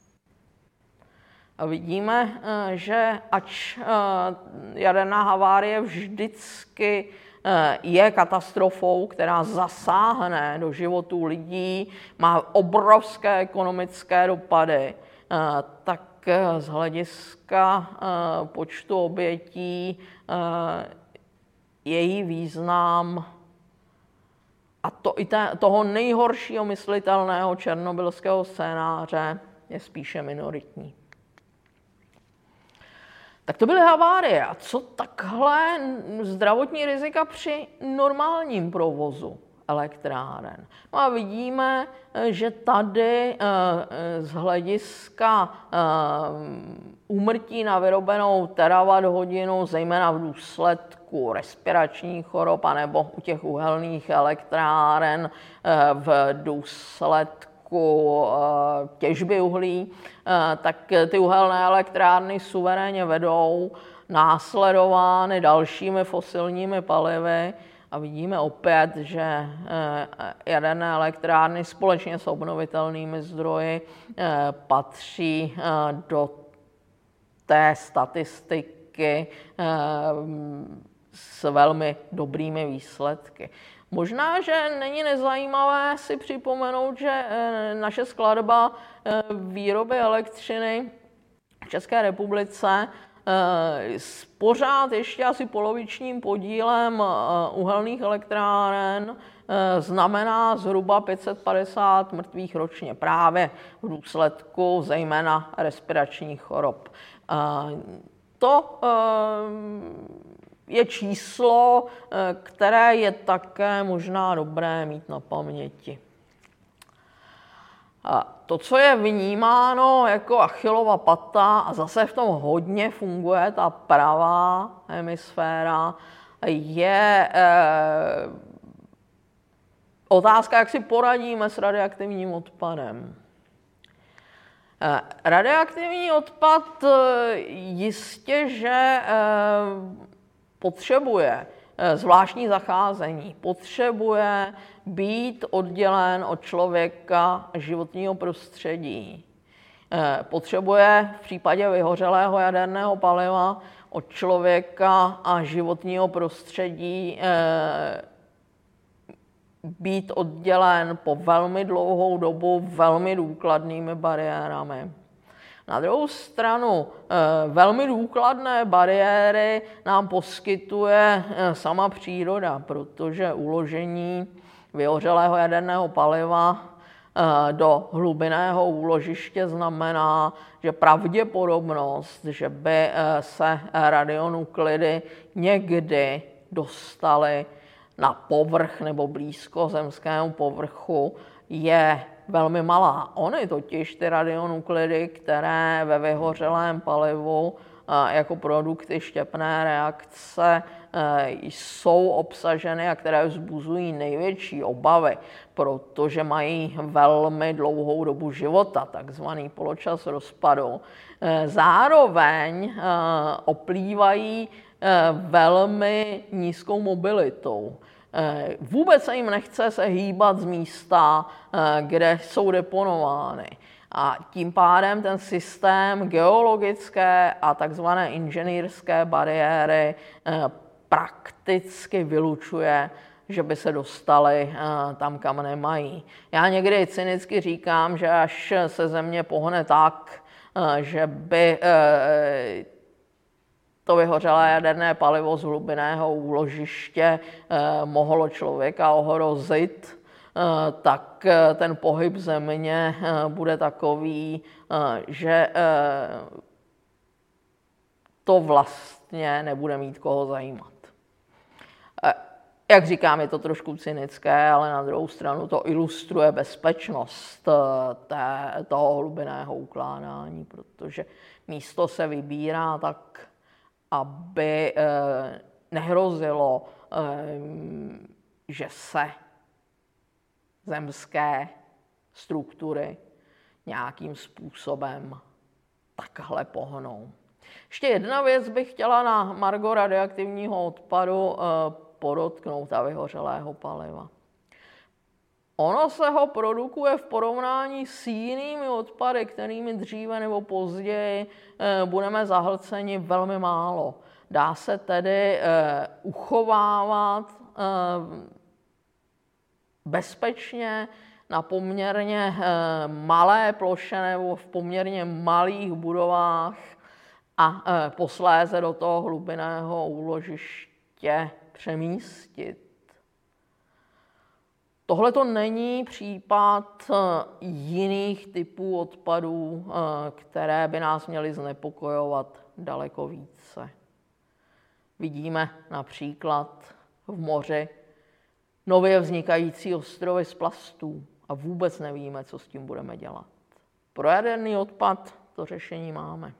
B: A vidíme, že ač jaderná havárie vždycky je katastrofou, která zasáhne do životů lidí, má obrovské ekonomické dopady, tak z hlediska počtu obětí její význam a to i toho nejhoršího myslitelného černobylského scénáře je spíše minoritní. Tak to byly havárie. A co takhle zdravotní rizika při normálním provozu elektráren? No a vidíme, že tady z hlediska úmrtí na vyrobenou terawatt-hodinu, zejména v důsledku respiračních chorob anebo u těch uhelných elektráren v důsledku těžby uhlí, tak ty uhelné elektrárny suverénně vedou, následovány dalšími fosilními palivy a vidíme opět, že jaderné elektrárny společně s obnovitelnými zdroji patří do té statistiky s velmi dobrými výsledky. Možná, že není nezajímavé si připomenout, že naše skladba výroby elektřiny v České republice s pořád ještě asi polovičním podílem uhelných elektráren znamená zhruba 550 mrtvých ročně právě v důsledku zejména respiračních chorob. To je číslo, které je také možná dobré mít na paměti. A to, co je vnímáno jako Achillova pata, a zase v tom hodně funguje ta pravá hemisféra, je otázka, jak si poradíme s radioaktivním odpadem. Radioaktivní odpad jistě, že potřebuje zvláštní zacházení, potřebuje být oddělen od člověka a životního prostředí. Potřebuje v případě vyhořelého jaderného paliva od člověka a životního prostředí být oddělen po velmi dlouhou dobu velmi důkladnými bariérami. Na druhou stranu velmi důkladné bariéry nám poskytuje sama příroda, protože uložení vyhořelého jaderného paliva do hlubinného úložiště znamená, že pravděpodobnost, že by se radionuklidy někdy dostaly na povrch nebo blízko zemskému povrchu, je velmi malá. Ony totiž ty radionuklidy, které ve vyhořelém palivu jako produkty štěpné reakce jsou obsaženy a které vzbuzují největší obavy, protože mají velmi dlouhou dobu života, takzvaný poločas rozpadu. Zároveň oplývají velmi nízkou mobilitou. Vůbec se jim nechce se hýbat z místa, kde jsou deponovány. A tím pádem ten systém geologické a takzvané inženýrské bariéry prakticky vylučuje, že by se dostali tam, kam nemají. Já někdy cynicky říkám, že až se Země pohne tak, že by to vyhořelé jaderné palivo z hlubinného úložiště mohlo člověka ohrozit, tak ten pohyb Země bude takový, že to vlastně nebude mít koho zajímat. Jak říkám, je to trošku cynické, ale na druhou stranu to ilustruje bezpečnost toho hlubinného ukládání, protože místo se vybírá tak, aby nehrozilo, že se zemské struktury nějakým způsobem takhle pohnou. Ještě jedna věc bych chtěla na margo radioaktivního odpadu podotknout a vyhořelého paliva. Ono se ho produkuje v porovnání s jinými odpady, kterými dříve nebo později budeme zahlceni, velmi málo. Dá se tedy uchovávat bezpečně na poměrně malé ploše nebo v poměrně malých budovách a posléze do toho hlubinného úložiště přemístit. Tohle to není případ jiných typů odpadů, které by nás měly znepokojovat daleko více. Vidíme například v moři nově vznikající ostrovy z plastů a vůbec nevíme, co s tím budeme dělat. Pro jaderný odpad to řešení máme.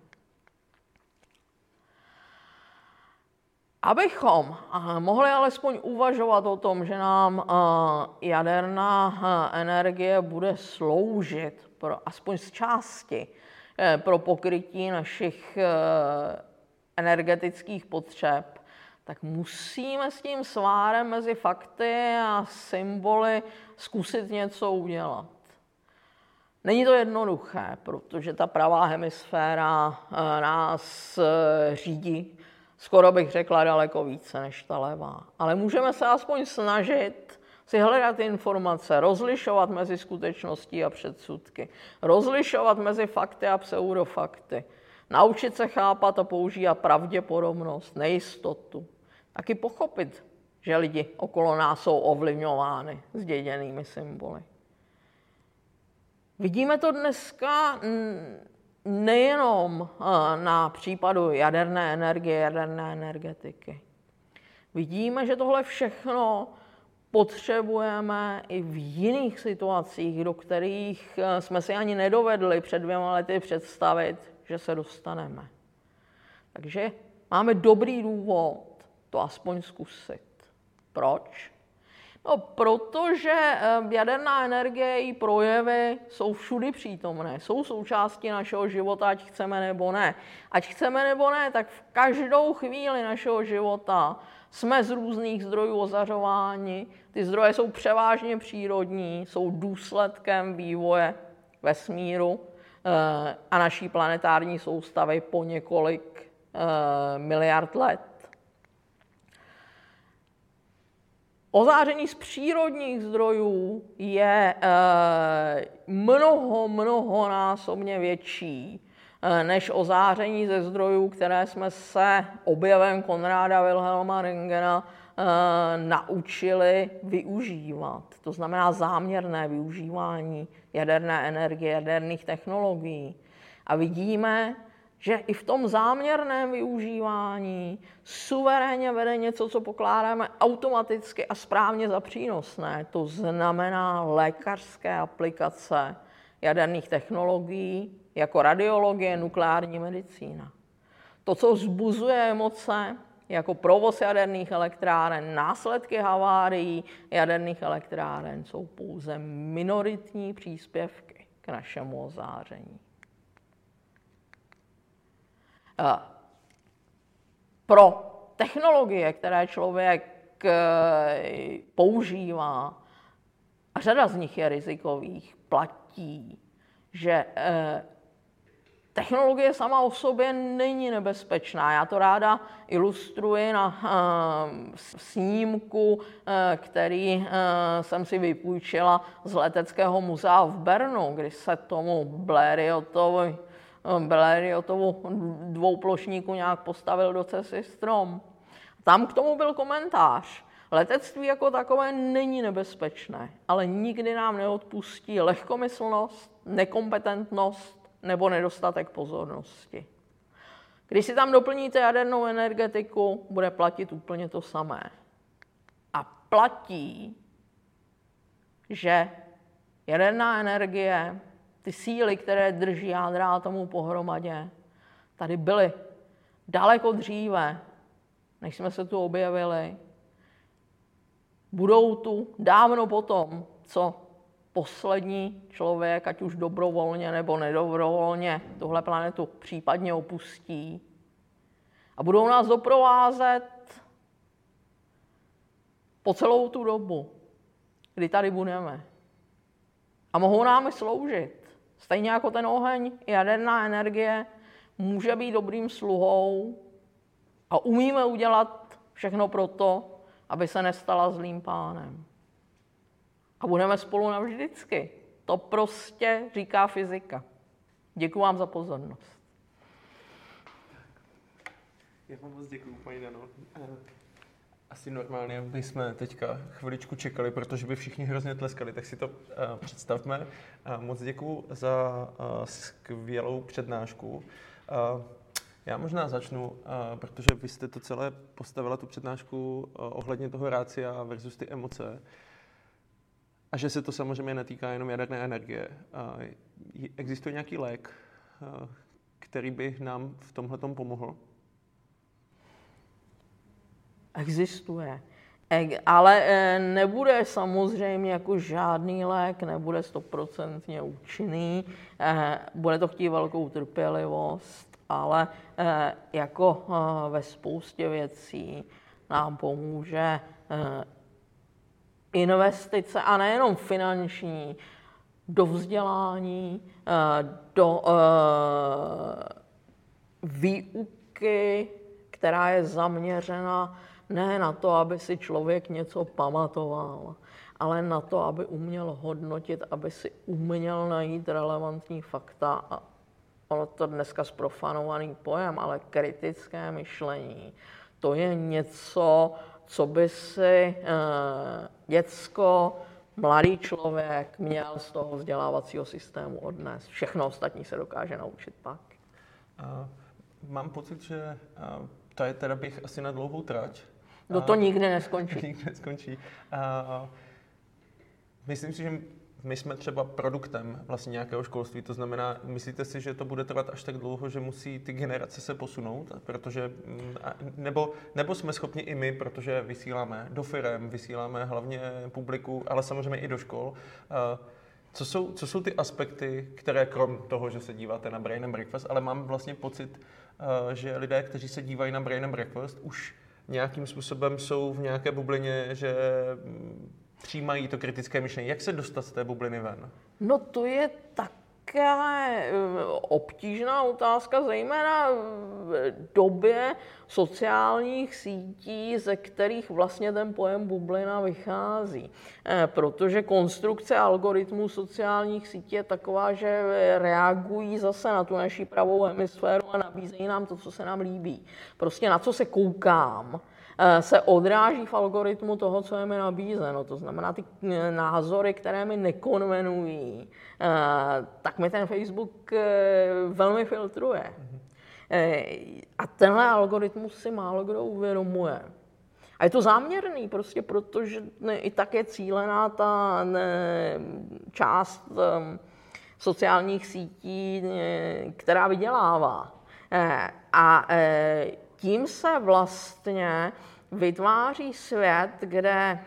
B: Abychom mohli alespoň uvažovat o tom, že nám jaderná energie bude sloužit aspoň z části pro pokrytí našich energetických potřeb, tak musíme s tím svárem mezi fakty a symboly zkusit něco udělat. Není to jednoduché, protože ta pravá hemisféra nás řídí, skoro bych řekla daleko více než ta levá. Ale můžeme se aspoň snažit si hledat informace, rozlišovat mezi skutečností a předsudky, rozlišovat mezi fakty a pseudofakty, naučit se chápat a používat pravděpodobnost, nejistotu. Taky pochopit, že lidi okolo nás jsou ovlivňovány zděděnými symboly. Vidíme to dneska nejenom na případu jaderné energie, jaderné energetiky. Vidíme, že tohle všechno potřebujeme i v jiných situacích, do kterých jsme si ani nedovedli před 2 lety představit, že se dostaneme. Takže máme dobrý důvod to aspoň zkusit. Proč? No, protože jaderná energie, její projevy jsou všudy přítomné, jsou součástí našeho života, ať chceme nebo ne. Ať chceme nebo ne, tak v každou chvíli našeho života jsme z různých zdrojů ozařováni. Ty zdroje jsou převážně přírodní, jsou důsledkem vývoje vesmíru a naší planetární soustavy po několik miliard let. Ozáření z přírodních zdrojů je mnohonásobně větší než ozáření ze zdrojů, které jsme se objevem Konráda Wilhelma Röntgena naučili využívat. To znamená záměrné využívání jaderné energie, jaderných technologií. A vidíme, že i v tom záměrném využívání suverénně vede něco, co pokládáme automaticky a správně za přínosné. To znamená lékařské aplikace jaderných technologií, jako radiologie, nukleární medicína. To, co vzbuzuje emoce, jako provoz jaderných elektráren, následky havárií jaderných elektráren, jsou pouze minoritní příspěvky k našemu ozáření. Pro technologie, které člověk používá, a řada z nich je rizikových, platí, že technologie sama o sobě není nebezpečná. Já to ráda ilustruji na snímku, který jsem si vypůjčila z leteckého muzea v Bernu, kdy se tomu Blériottovu dvouplošníku nějak postavil do cesty strom. Tam k tomu byl komentář. Letectví jako takové není nebezpečné, ale nikdy nám neodpustí lehkomyslnost, nekompetentnost nebo nedostatek pozornosti. Když si tam doplníte jadernou energetiku, bude platit úplně to samé. A platí, že jaderná energie, ty síly, které drží jádra atomu pohromadě, tady byly daleko dříve, než jsme se tu objevili. Budou tu dávno potom, co poslední člověk, ať už dobrovolně nebo nedobrovolně, tuhle planetu případně opustí. A budou nás doprovázet po celou tu dobu, kdy tady budeme. A mohou nám i sloužit. Stejně jako ten oheň, jaderná energie může být dobrým sluhou a umíme udělat všechno pro to, aby se nestala zlým pánem. A budeme spolu navždycky. To prostě říká fyzika. Děkuji vám za pozornost.
A: Já vám moc děkuju, paní Dano. Asi normálně bychom teďka chviličku čekali, protože by všichni hrozně tleskali, tak si to představme. Moc děkuju za skvělou přednášku. Já možná začnu, protože vy jste to celé postavila, tu přednášku ohledně toho rácia versus ty emoce. A že se to samozřejmě netýká jenom jaderné energie. Existuje nějaký lék, který by nám v tomhletom pomohl?
B: Existuje. Ale nebude samozřejmě jako žádný lék, nebude 100% účinný, bude to chtít velkou trpělivost, ale jako ve spoustě věcí nám pomůže investice, a nejenom finanční, do vzdělání, do výuky, která je zaměřena ne na to, aby si člověk něco pamatoval, ale na to, aby uměl hodnotit, aby si uměl najít relevantní fakta. A ono to dneska zprofanovaný pojem, ale kritické myšlení, to je něco, co by si děcko, mladý člověk měl z toho vzdělávacího systému odnést. Všechno ostatní se dokáže naučit pak.
A: Mám pocit, že to je teda běh asi na dlouhou trať.
B: No to nikdy neskončí.
A: Nikdy neskončí. Myslím si, že my jsme třeba produktem vlastně nějakého školství, to znamená, myslíte si, že to bude trvat až tak dlouho, že musí ty generace se posunout, protože, nebo jsme schopni i my, protože vysíláme do firem, vysíláme hlavně publiku, ale samozřejmě i do škol. Co jsou ty aspekty, které krom toho, že se díváte na Brain and Breakfast, ale mám vlastně pocit, že lidé, kteří se dívají na Brain and Breakfast, už nějakým způsobem jsou v nějaké bublině, že přijímají to kritické myšlení. Jak se dostat z té bubliny ven?
B: No to je také obtížná otázka, zejména v době sociálních sítí, ze kterých vlastně ten pojem bublina vychází. Protože konstrukce algoritmů sociálních sítí je taková, že reagují zase na tu naši pravou hemisféru a nabízejí nám to, co se nám líbí. Prostě na co se koukám, se odráží v algoritmu toho, co je mi nabízeno. To znamená, ty názory, které mi nekonvenují, tak mi ten Facebook velmi filtruje. A tenhle algoritmus si málo kdo uvědomuje. A je to záměrný, prostě protože i tak je cílená ta část sociálních sítí, která vydělává. A tím se vlastně vytváří svět, kde...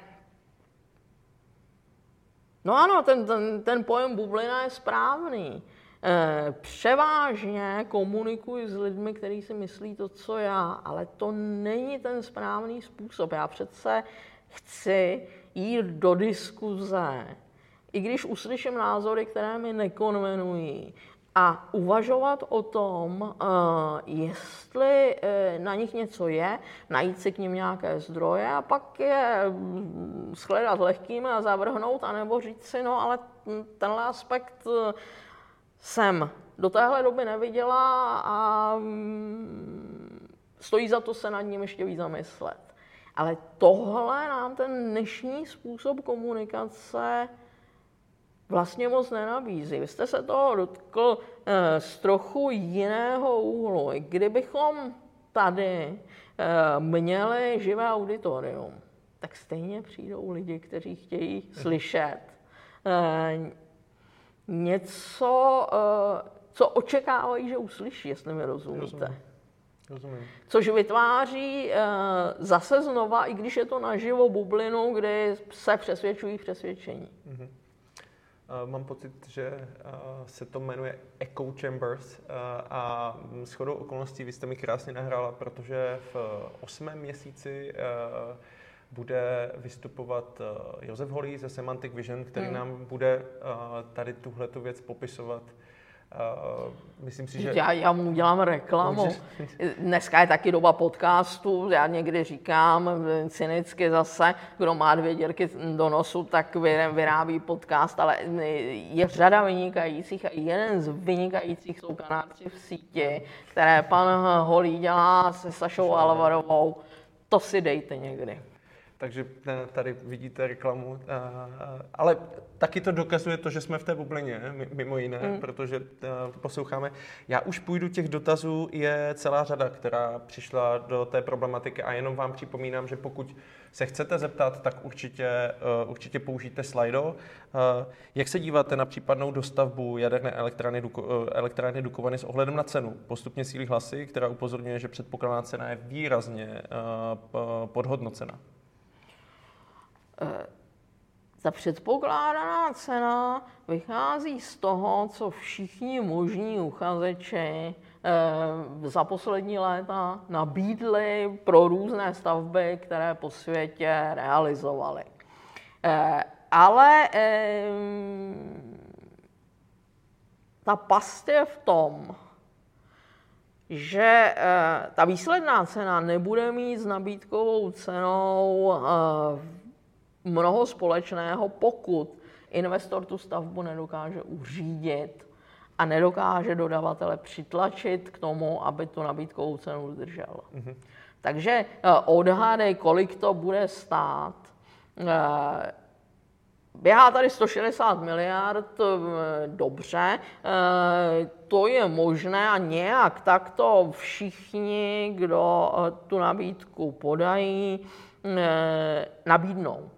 B: No ano, ten pojem bublina je správný. Převážně komunikuji s lidmi, kteří si myslí to, co já, ale to není ten správný způsob. Já přece chci jít do diskuze, i když uslyším názory, které mi nekonvenují, a uvažovat o tom, jestli na nich něco je, najít si k nim nějaké zdroje a pak je shledat lehkými a zavrhnout, anebo říct si, no ale tenhle aspekt jsem do téhle doby neviděla a stojí za to se nad ním ještě víc zamyslet. Ale tohle nám ten dnešní způsob komunikace vlastně moc nenabízí. Vy jste se toho dotkl z trochu jiného úhlu. Kdybychom tady měli živé auditorium, tak stejně přijdou lidi, kteří chtějí slyšet něco, co očekávají, že uslyší, jestli mi rozumíte.
A: Rozumím.
B: Což vytváří zase znova, i když je to naživo, bublinu, kdy se přesvědčují v přesvědčení.
A: Mám pocit, že se to jmenuje Echo Chambers a shodou okolností vy jste mi krásně nahrála, protože v 8. měsíci bude vystupovat Josef Holý ze Semantic Vision, který nám bude tady tuhletu věc popisovat. Myslím si, že...
B: Já mu udělám reklamu. Dneska je taky doba podcastů, já někdy říkám cynicky zase, kdo má 2 děrky do nosu, tak vyrábí podcast, ale je řada vynikajících a jeden z vynikajících jsou kanálci v síti, které pan Holý dělá se Sašou Alvarovou. To si dejte někdy.
A: Takže tady vidíte reklamu, ale taky to dokazuje to, že jsme v té bublině, mimo jiné, protože to posloucháme. Já už půjdu, těch dotazů je celá řada, která přišla do té problematiky a jenom vám připomínám, že pokud se chcete zeptat, tak určitě použijte Slido. Jak se díváte na případnou dostavbu jaderné elektrárny Dukovany s ohledem na cenu? Postupně sílí hlasy, která upozorňuje, že předpokládaná cena je výrazně podhodnocena.
B: Ta předpokládaná cena vychází z toho, co všichni možní uchazeči za poslední léta nabídli pro různé stavby, které po světě realizovali. Ale ta past je v tom, že ta výsledná cena nebude mít s nabídkovou cenou mnoho společného, pokud investor tu stavbu nedokáže uřídit a nedokáže dodavatele přitlačit k tomu, aby tu nabídkovou cenu zdržel. Takže odhady, kolik to bude stát. Běhá tady 160 miliard, dobře, to je možné a nějak takto všichni, kdo tu nabídku podají, nabídnou.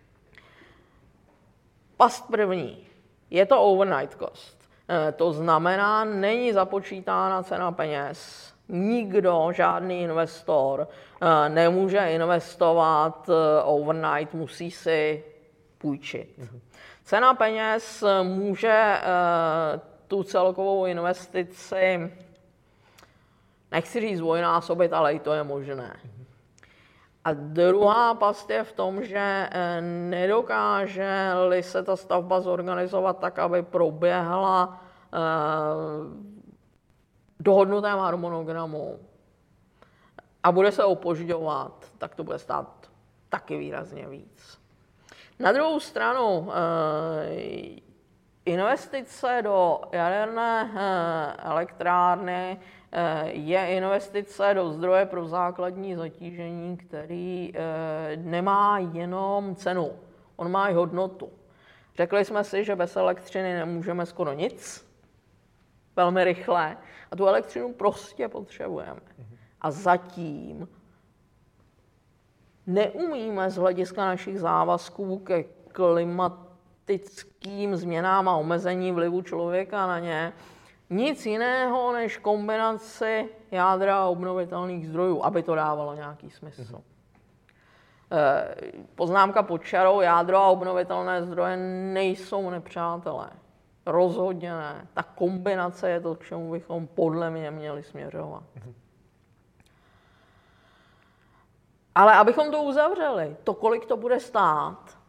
B: Past první. Je to overnight cost. To znamená, není započítána cena peněz. Nikdo, žádný investor nemůže investovat overnight, musí si půjčit. Cena peněz může tu celkovou investici, nechci říct dvojnásobit, ale i to je možné. A druhá past je v tom, že nedokáže-li se ta stavba zorganizovat tak, aby proběhla dohodnutém harmonogramu a bude se opožďovat, tak to bude stát taky výrazně víc. Na druhou stranu, investice do jaderné elektrárny je investice do zdroje pro základní zatížení, který nemá jenom cenu, on má i hodnotu. Řekli jsme si, že bez elektřiny nemůžeme skoro nic, velmi rychle, a tu elektřinu prostě potřebujeme. A zatím neumíme z hlediska našich závazků ke klimatickým změnám a omezení vlivu člověka na ně nic jiného než kombinaci jádra a obnovitelných zdrojů, aby to dávalo nějaký smysl. Poznámka pod čarou, jádro a obnovitelné zdroje nejsou nepřátelé. Rozhodně ne. Ta kombinace je to, k čemu bychom podle mě měli směřovat. Ale abychom to uzavřeli, to, kolik to bude stát,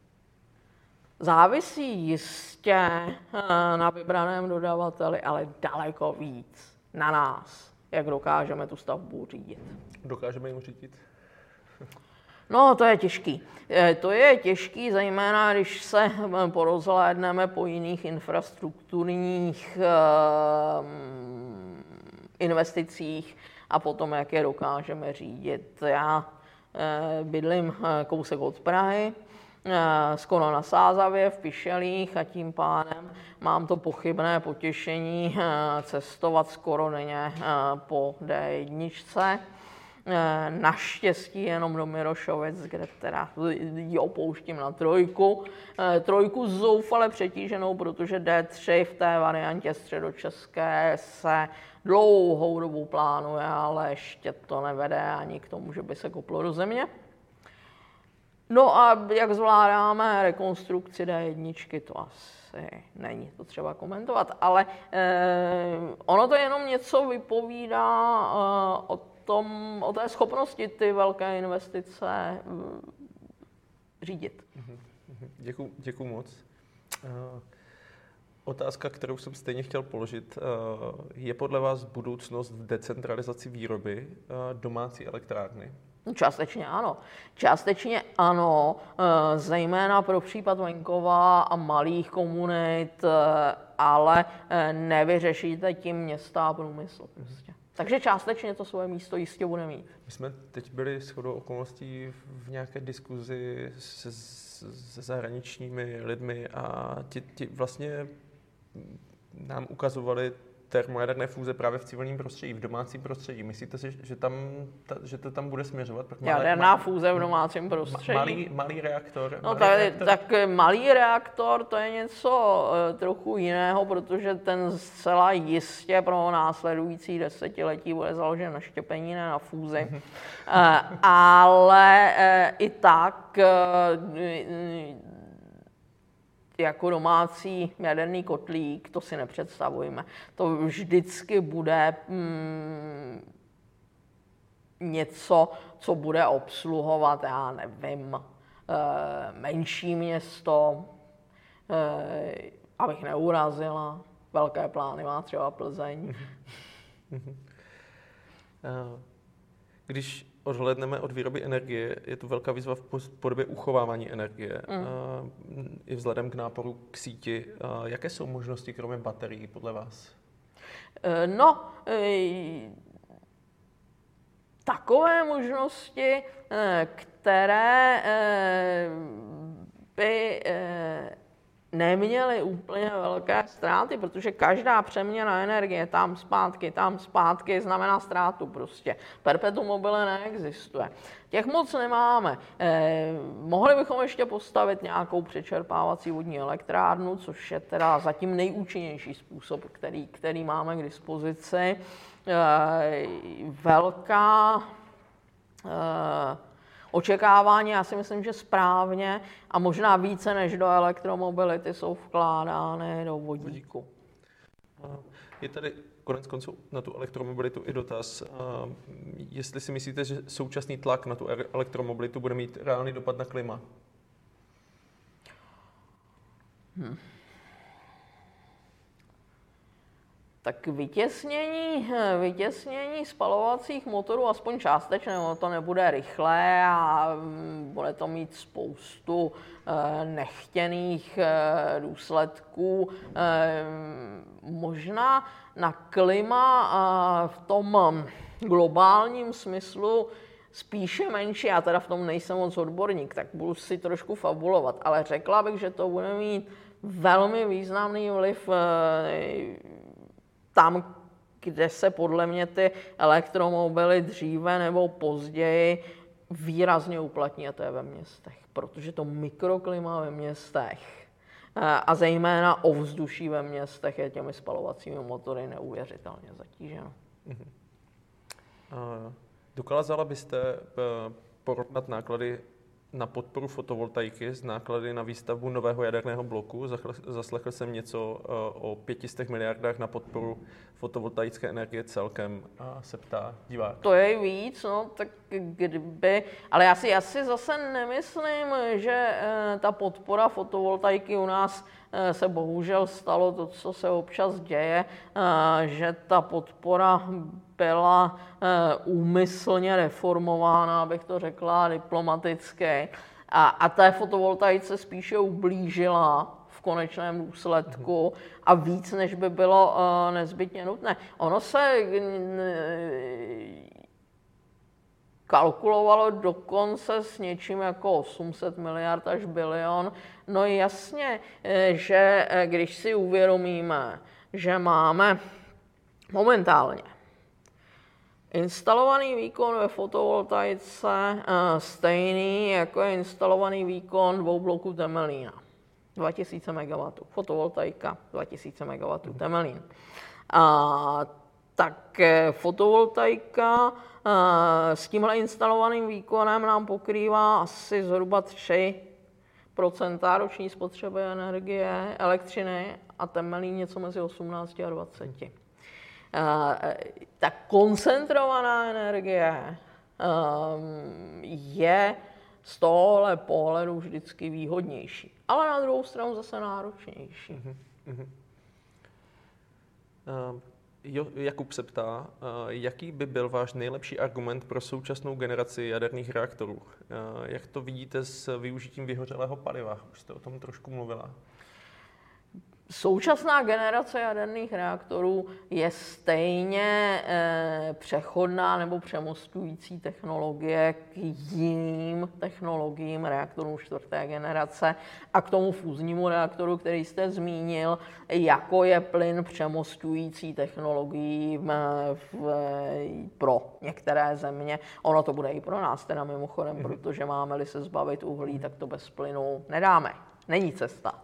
B: závisí jistě na vybraném dodavateli, ale daleko víc na nás, jak dokážeme tu stavbu řídit.
A: Dokážeme ji řídit?
B: No, to je těžký. To je těžký, zejména když se porozhlédneme po jiných infrastrukturních investicích a potom, jak je dokážeme řídit. Já bydlím kousek od Prahy skoro na Sázavě, v Pišelích a tím pádem mám to pochybné potěšení cestovat skoro denně po D1. Naštěstí jenom do Mirošovic, kde teda ji opouštím na trojku. Trojku zoufale přetíženou, protože D3 v té variantě středočeské se dlouhou dobu plánuje, ale ještě to nevede ani k tomu, že by se koplo do země. No a jak zvládáme rekonstrukci D1, to asi není to třeba komentovat, ale ono to jenom něco vypovídá o té schopnosti ty velké investice řídit.
A: Děkuju moc. Otázka, kterou jsem stejně chtěl položit, je podle vás budoucnost v decentralizaci výroby domácí elektrárny?
B: Částečně ano. Částečně ano, zejména pro případ venkova a malých komunit, ale nevyřešíte tím města a průmysl prostě. Takže částečně to svoje místo jistě bude mít.
A: My jsme teď byli shodou okolností v nějaké diskuzi se zahraničními lidmi a ti vlastně nám ukazovali termojaderné fúze právě v civilním prostředí, v domácím prostředí. Myslíte si, že to tam bude směřovat?
B: Jaderná fúze v domácím prostředí?
A: Malý reaktor?
B: No tak malý reaktor to je něco trochu jiného, protože ten zcela jistě pro následující desetiletí bude založen na štěpení, ne na fúzi. Ale i tak jako domácí jaderný kotlík, to si nepředstavujeme. To vždycky bude něco, co bude obsluhovat, já nevím, menší město, abych neurazila. Velké plány má třeba Plzeň.
A: Když odhlédneme od výroby energie, je tu velká výzva v podobě uchovávání energie. I vzhledem k náporu k síti. Jaké jsou možnosti kromě baterií podle vás?
B: Takové možnosti, které by neměly úplně velké ztráty, protože každá přeměna energie tam zpátky znamená ztrátu prostě. Perpetuum mobile neexistuje. Těch moc nemáme. Mohli bychom ještě postavit nějakou přečerpávací vodní elektrárnu, což je teda zatím nejúčinnější způsob, který máme k dispozici. Velká očekávání, já si myslím, že správně a možná více než do elektromobility jsou vkládány do vodíku.
A: Je tady konec konců na tu elektromobilitu i dotaz. Jestli si myslíte, že současný tlak na tu elektromobilitu bude mít reálný dopad na klima?
B: Tak vytěsnění spalovacích motorů, aspoň částečně, to nebude rychlé a bude to mít spoustu nechtěných důsledků. Možná na klima v tom globálním smyslu spíše menší, já teda v tom nejsem moc odborník, tak budu si trošku fabulovat, ale řekla bych, že to bude mít velmi významný vliv tam, kde se podle mě ty elektromobily dříve nebo později výrazně uplatní, a to je ve městech. Protože to mikroklima ve městech a zejména ovzduší ve městech je těmi spalovacími motory neuvěřitelně zatíženo.
A: Dokázala byste porovnat náklady na podporu fotovoltaiky s náklady na výstavbu nového jaderného bloku? Zaslechl jsem něco o 500 miliardách na podporu fotovoltaické energie celkem, a se ptá divák.
B: To je víc, no, tak kdyby... Ale já si zase nemyslím, že ta podpora fotovoltaiky u nás se bohužel stalo to, co se občas děje, že ta podpora byla úmyslně reformována, abych to řekla diplomaticky, a té fotovoltaice spíše ublížila v konečném důsledku a víc, než by bylo nezbytně nutné. Ono se kalkulovalo dokonce s něčím jako 800 miliard až bilion. No jasně, že když si uvědomíme, že máme momentálně instalovaný výkon ve fotovoltaice stejný, jako je instalovaný výkon 2 bloků Temelína. 2000 MW. Fotovoltaika 2000 MW Temelín. Tak fotovoltaika s tímhle instalovaným výkonem nám pokrývá asi zhruba 3% roční spotřeby energie, elektřiny a Temelín něco mezi 18 a 20. Ta koncentrovaná energie je z tohohle pohledu vždycky výhodnější, ale na druhou stranu zase náročnější.
A: Jakub se ptá, jaký by byl váš nejlepší argument pro současnou generaci jaderných reaktorů? Jak to vidíte s využitím vyhořelého paliva? Už jste o tom trošku mluvila.
B: Současná generace jaderných reaktorů je stejně přechodná nebo přemostující technologie k jiným technologiím reaktorů 4. generace a k tomu fúznímu reaktoru, který jste zmínil, jako je plyn přemostující technologií pro některé země. Ono to bude i pro nás teda mimochodem, protože máme-li se zbavit uhlí, tak to bez plynu nedáme. Není cesta.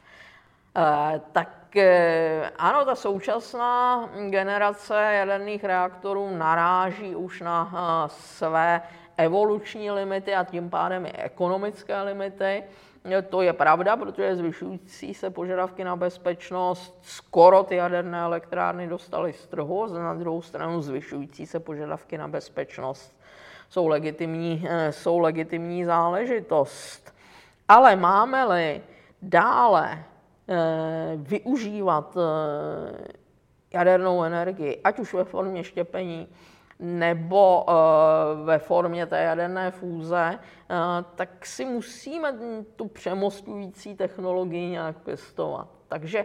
B: Tak ano, ta současná generace jaderných reaktorů naráží už na své evoluční limity a tím pádem i ekonomické limity. To je pravda, protože zvyšující se požadavky na bezpečnost skoro ty jaderné elektrárny dostaly z trhu, na druhou stranu zvyšující se požadavky na bezpečnost jsou legitimní záležitost. Ale máme-li dále využívat jadernou energii, ať už ve formě štěpení nebo ve formě té jaderné fúze, tak si musíme tu přemostující technologii nějak pěstovat. Takže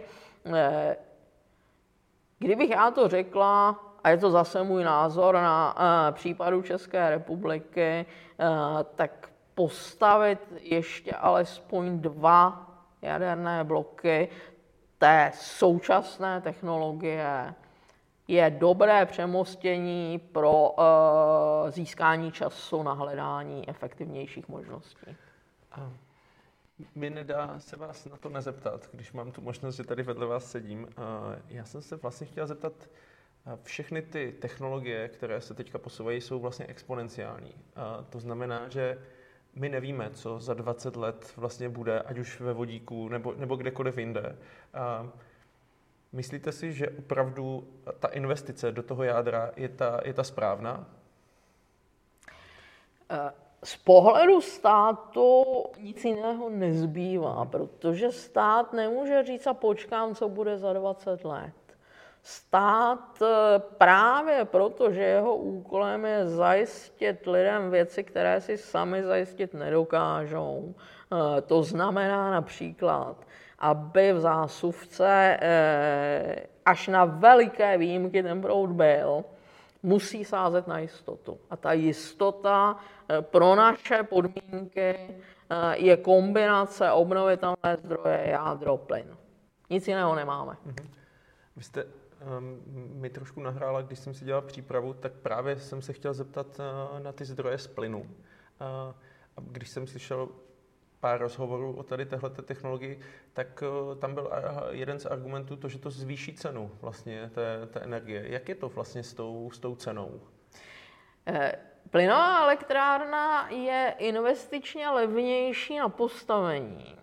B: kdybych já to řekla, a je to zase můj názor na případu České republiky, tak postavit ještě alespoň 2 jaderné bloky té současné technologie je dobré přemostění pro získání času na hledání efektivnějších možností.
A: Mi nedá se vás na to nezeptat, když mám tu možnost, že tady vedle vás sedím. Já jsem se vlastně chtěl zeptat, všechny ty technologie, které se teďka posouvají, jsou vlastně exponenciální. To znamená, že my nevíme, co za 20 let vlastně bude, ať už ve vodíku nebo kdekoliv jinde. Myslíte si, že opravdu ta investice do toho jádra je ta správná?
B: Z pohledu státu nic jiného nezbývá, protože stát nemůže říct a počkám, co bude za 20 let. Stát právě proto, že jeho úkolem je zajistit lidem věci, které si sami zajistit nedokážou. To znamená například, aby v zásuvce až na veliké výjimky ten proud byl, musí sázet na jistotu. A ta jistota pro naše podmínky je kombinace obnovitelné zdroje jádro, plyn. Nic jiného nemáme.
A: Vy jste mi trošku nahrála, když jsem si dělal přípravu, tak právě jsem se chtěl zeptat na ty zdroje z plynu. A když jsem slyšel pár rozhovorů o tady téhleté technologii, tak tam byl jeden z argumentů to, že to zvýší cenu vlastně té energie. Jak je to vlastně s tou cenou?
B: Plynová elektrárna je investičně levnější na postavení.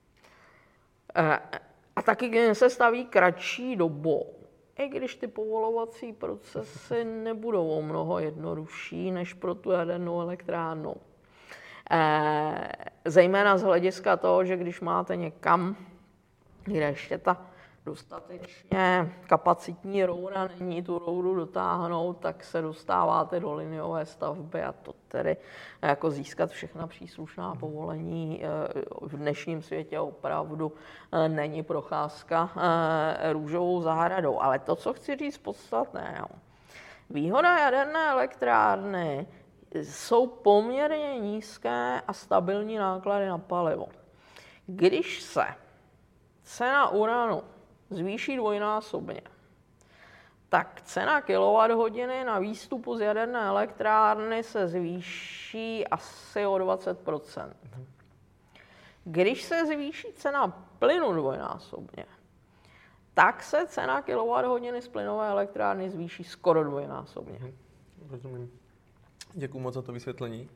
B: A taky se staví kratší dobou. I když ty povolovací procesy nebudou o mnoho jednodušší než pro tu jadernou elektrárnu. Zejména z hlediska toho, že když máte někam, kde ještě ta dostatečně kapacitní roura není tu rouru dotáhnout, tak se dostáváte do liniové stavby a to tedy jako získat všechna příslušná povolení v dnešním světě opravdu není procházka růžovou zahradou. Ale to, co chci říct podstatného, výhoda jaderné elektrárny jsou poměrně nízké a stabilní náklady na palivo. Když se cena uranu zvýší dvojnásobně, tak cena kilowatthodiny na výstupu z jaderné elektrárny se zvýší asi o 20%. Když se zvýší cena plynu dvojnásobně, tak se cena kilowatthodiny z plynové elektrárny zvýší skoro dvojnásobně.
A: Rozumím. Děkuji moc za to vysvětlení.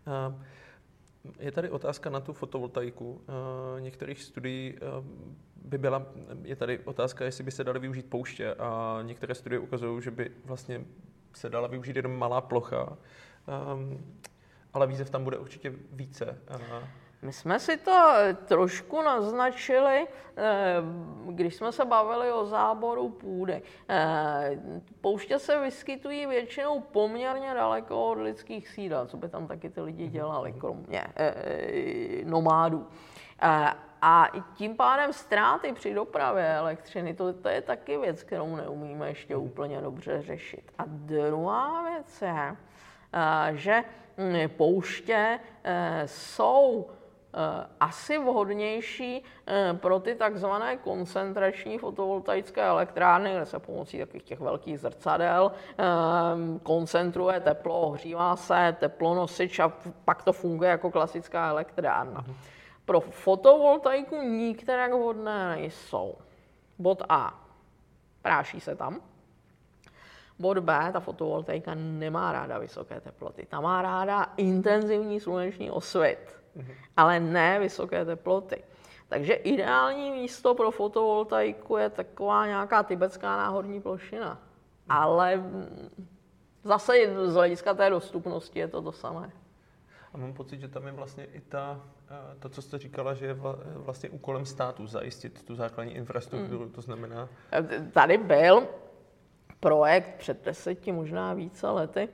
A: Je tady otázka na tu fotovoltaiku. Některých studií je tady otázka, jestli by se daly využít pouště, a některé studie ukazují, že by vlastně se dala využít jenom malá plocha, ale výzev tam bude určitě více.
B: My jsme si to trošku naznačili, když jsme se bavili o záboru půdy. Pouště se vyskytují většinou poměrně daleko od lidských sídel, co by tam taky ty lidi dělali, kromě nomádů. A tím pádem ztráty při dopravě elektřiny, to je taky věc, kterou neumíme ještě úplně dobře řešit. A druhá věc je, že pouště jsou asi vhodnější pro ty takzvané koncentrační fotovoltaické elektrárny, kde se pomocí takových těch velkých zrcadel koncentruje teplo, ohřívá se teplonosič a pak to funguje jako klasická elektrárna. Pro fotovoltaiku nikterak vhodné nejsou. Bod A. Práší se tam. Bod B. Ta fotovoltaika nemá ráda vysoké teploty. Ta má ráda intenzivní sluneční osvit, ale ne vysoké teploty. Takže ideální místo pro fotovoltaiku je taková nějaká tibetská náhorní plošina. Ale zase z hlediska té dostupnosti je to samé.
A: A mám pocit, že tam je vlastně i to, co jste říkala, že je vlastně úkolem státu zajistit tu základní infrastrukturu, to znamená...
B: Tady byl projekt před 10, možná více lety,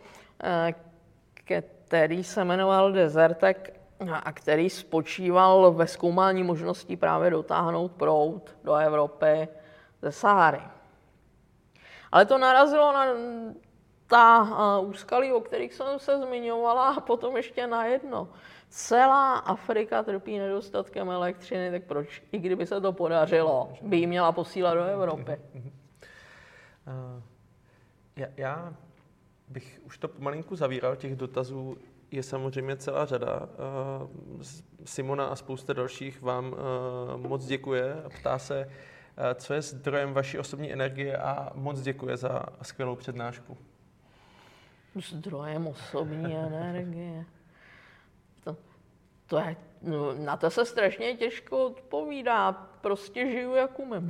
B: který se jmenoval Desertec a který spočíval ve zkoumání možností právě dotáhnout proud do Evropy ze Sahary. Ale to narazilo na ta úskalí, o kterých jsem se zmiňovala, a potom ještě na jedno. Celá Afrika trpí nedostatkem elektřiny, tak proč, i kdyby se to podařilo, by ji měla posílat do Evropy?
A: Já bych už to pomalinku zavíral, těch dotazů je samozřejmě celá řada. Simona a spousta dalších vám moc děkuje a ptá se, co je zdrojem vaší osobní energie, a moc děkuje za skvělou přednášku.
B: Zdrojem osobní energie? Na to se strašně těžko odpovídá. Prostě žiju, jak umím.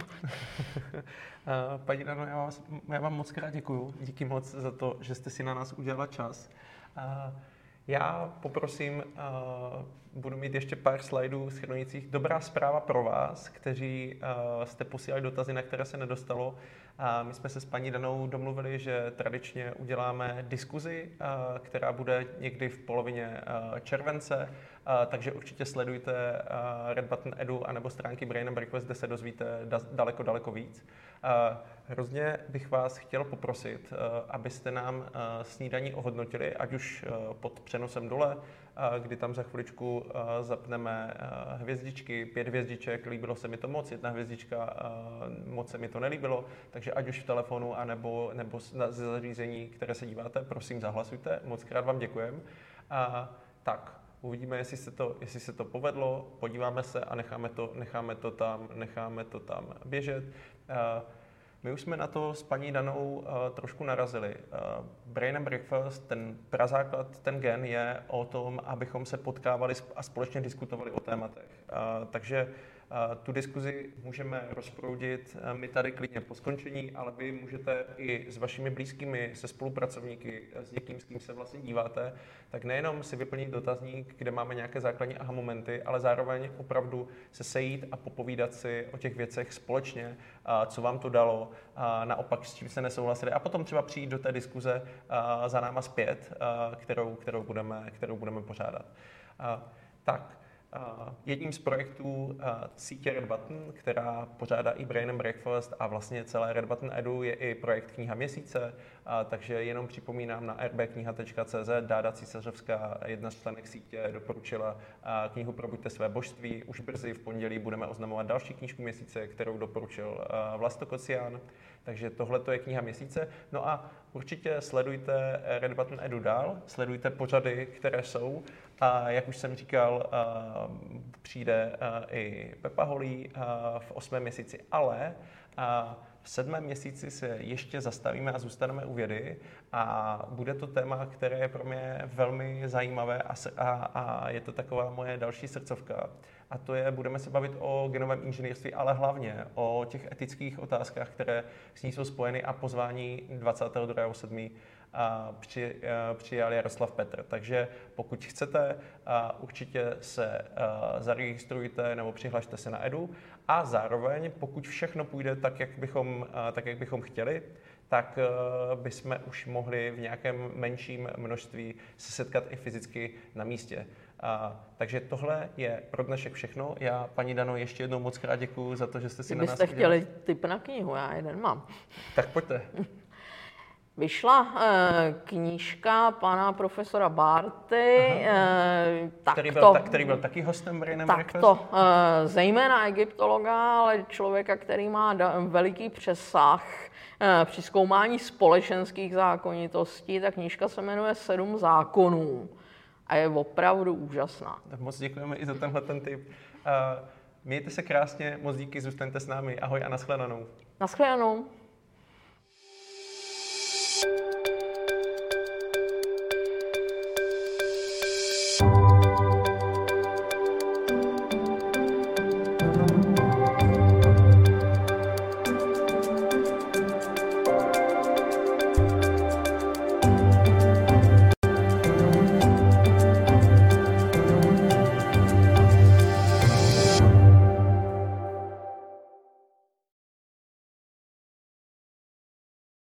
A: Paní Dano, já vám moc krát děkuju. Díky moc za to, že jste si na nás udělala čas. Já poprosím, budu mít ještě pár slajdů shrnujících. Dobrá zpráva pro vás, kteří jste posílali dotazy, na které se nedostalo. My jsme se s paní Danou domluvili, že tradičně uděláme diskuzi, která bude někdy v polovině července, takže určitě sledujte Red Button Edu anebo stránky Brain and Breakfast, kde se dozvíte daleko víc. Hrozně bych vás chtěl poprosit, abyste nám snídaní ohodnotili, ať už pod přenosem dole, kdy tam za chviličku zapneme hvězdičky, 5 hvězdiček, líbilo se mi to moc, 1 hvězdička, moc se mi to nelíbilo, takže ať už v telefonu, anebo ze zařízení, které se díváte, prosím zahlasujte, moc krát vám děkujem. Tak, uvidíme, jestli se to povedlo, podíváme se a necháme to tam běžet. My už jsme na to s paní Danou trošku narazili. Brain and Breakfast, ten prazáklad, ten gen je o tom, abychom se potkávali a společně diskutovali o tématech. Takže tu diskuzi můžeme rozproudit my tady klidně po skončení, ale vy můžete i s vašimi blízkými, se spolupracovníky, s někým, s kým se vlastně díváte, tak nejenom si vyplnit dotazník, kde máme nějaké základní aha momenty, ale zároveň opravdu se sejít a popovídat si o těch věcech společně, co vám to dalo, naopak s čím se nesouhlasili, a potom třeba přijít do té diskuze za náma zpět, kterou budeme pořádat. Tak. jedním z projektů sítě Red Button, která pořádá i Brain and Breakfast a vlastně celé Red Button Edu, je i projekt Kniha měsíce, takže jenom připomínám na rbkniha.cz Dáda Císařovská, jedna z členek sítě, doporučila knihu Probuďte své božství. Už brzy v pondělí budeme oznamovat další knížku měsíce, kterou doporučil Vlasto Kocián. Takže tohle je kniha měsíce. No a určitě sledujte Red Button Edu dál, sledujte pořady, které jsou. A jak už jsem říkal, přijde i Pepa Holý v 8. měsíci, ale v 7. měsíci se ještě zastavíme a zůstaneme u vědy a bude to téma, které je pro mě velmi zajímavé a je to taková moje další srdcovka. A to je, budeme se bavit o genovém inženýrství, ale hlavně o těch etických otázkách, které s ní jsou spojeny a pozvání 22.7. Přijal Jaroslav Petr. Takže pokud chcete, určitě se zaregistrujte nebo přihlašte se na Edu a zároveň, pokud všechno půjde tak, jak bychom chtěli, tak bychom už mohli v nějakém menším množství se setkat i fyzicky na místě. Takže tohle je pro dnešek všechno. Já, paní Dano, ještě jednou moc krát děkuju za to, že jste si na nás
B: udělali. Kdybyste chtěli tip na knihu, já jeden mám.
A: Tak pojďte.
B: Vyšla knížka pana profesora Bárty.
A: Který byl taky hostem Brain and Breakfast?
B: Takto, zejména egyptologa, ale člověka, který má veliký přesah při zkoumání společenských zákonitostí. Ta knížka se jmenuje 7 zákonů a je opravdu úžasná.
A: Tak moc děkujeme i za tenhle ten tip. Mějte se krásně, moc díky, zůstaňte s námi. Ahoj a nashledanou.
B: Nashledanou.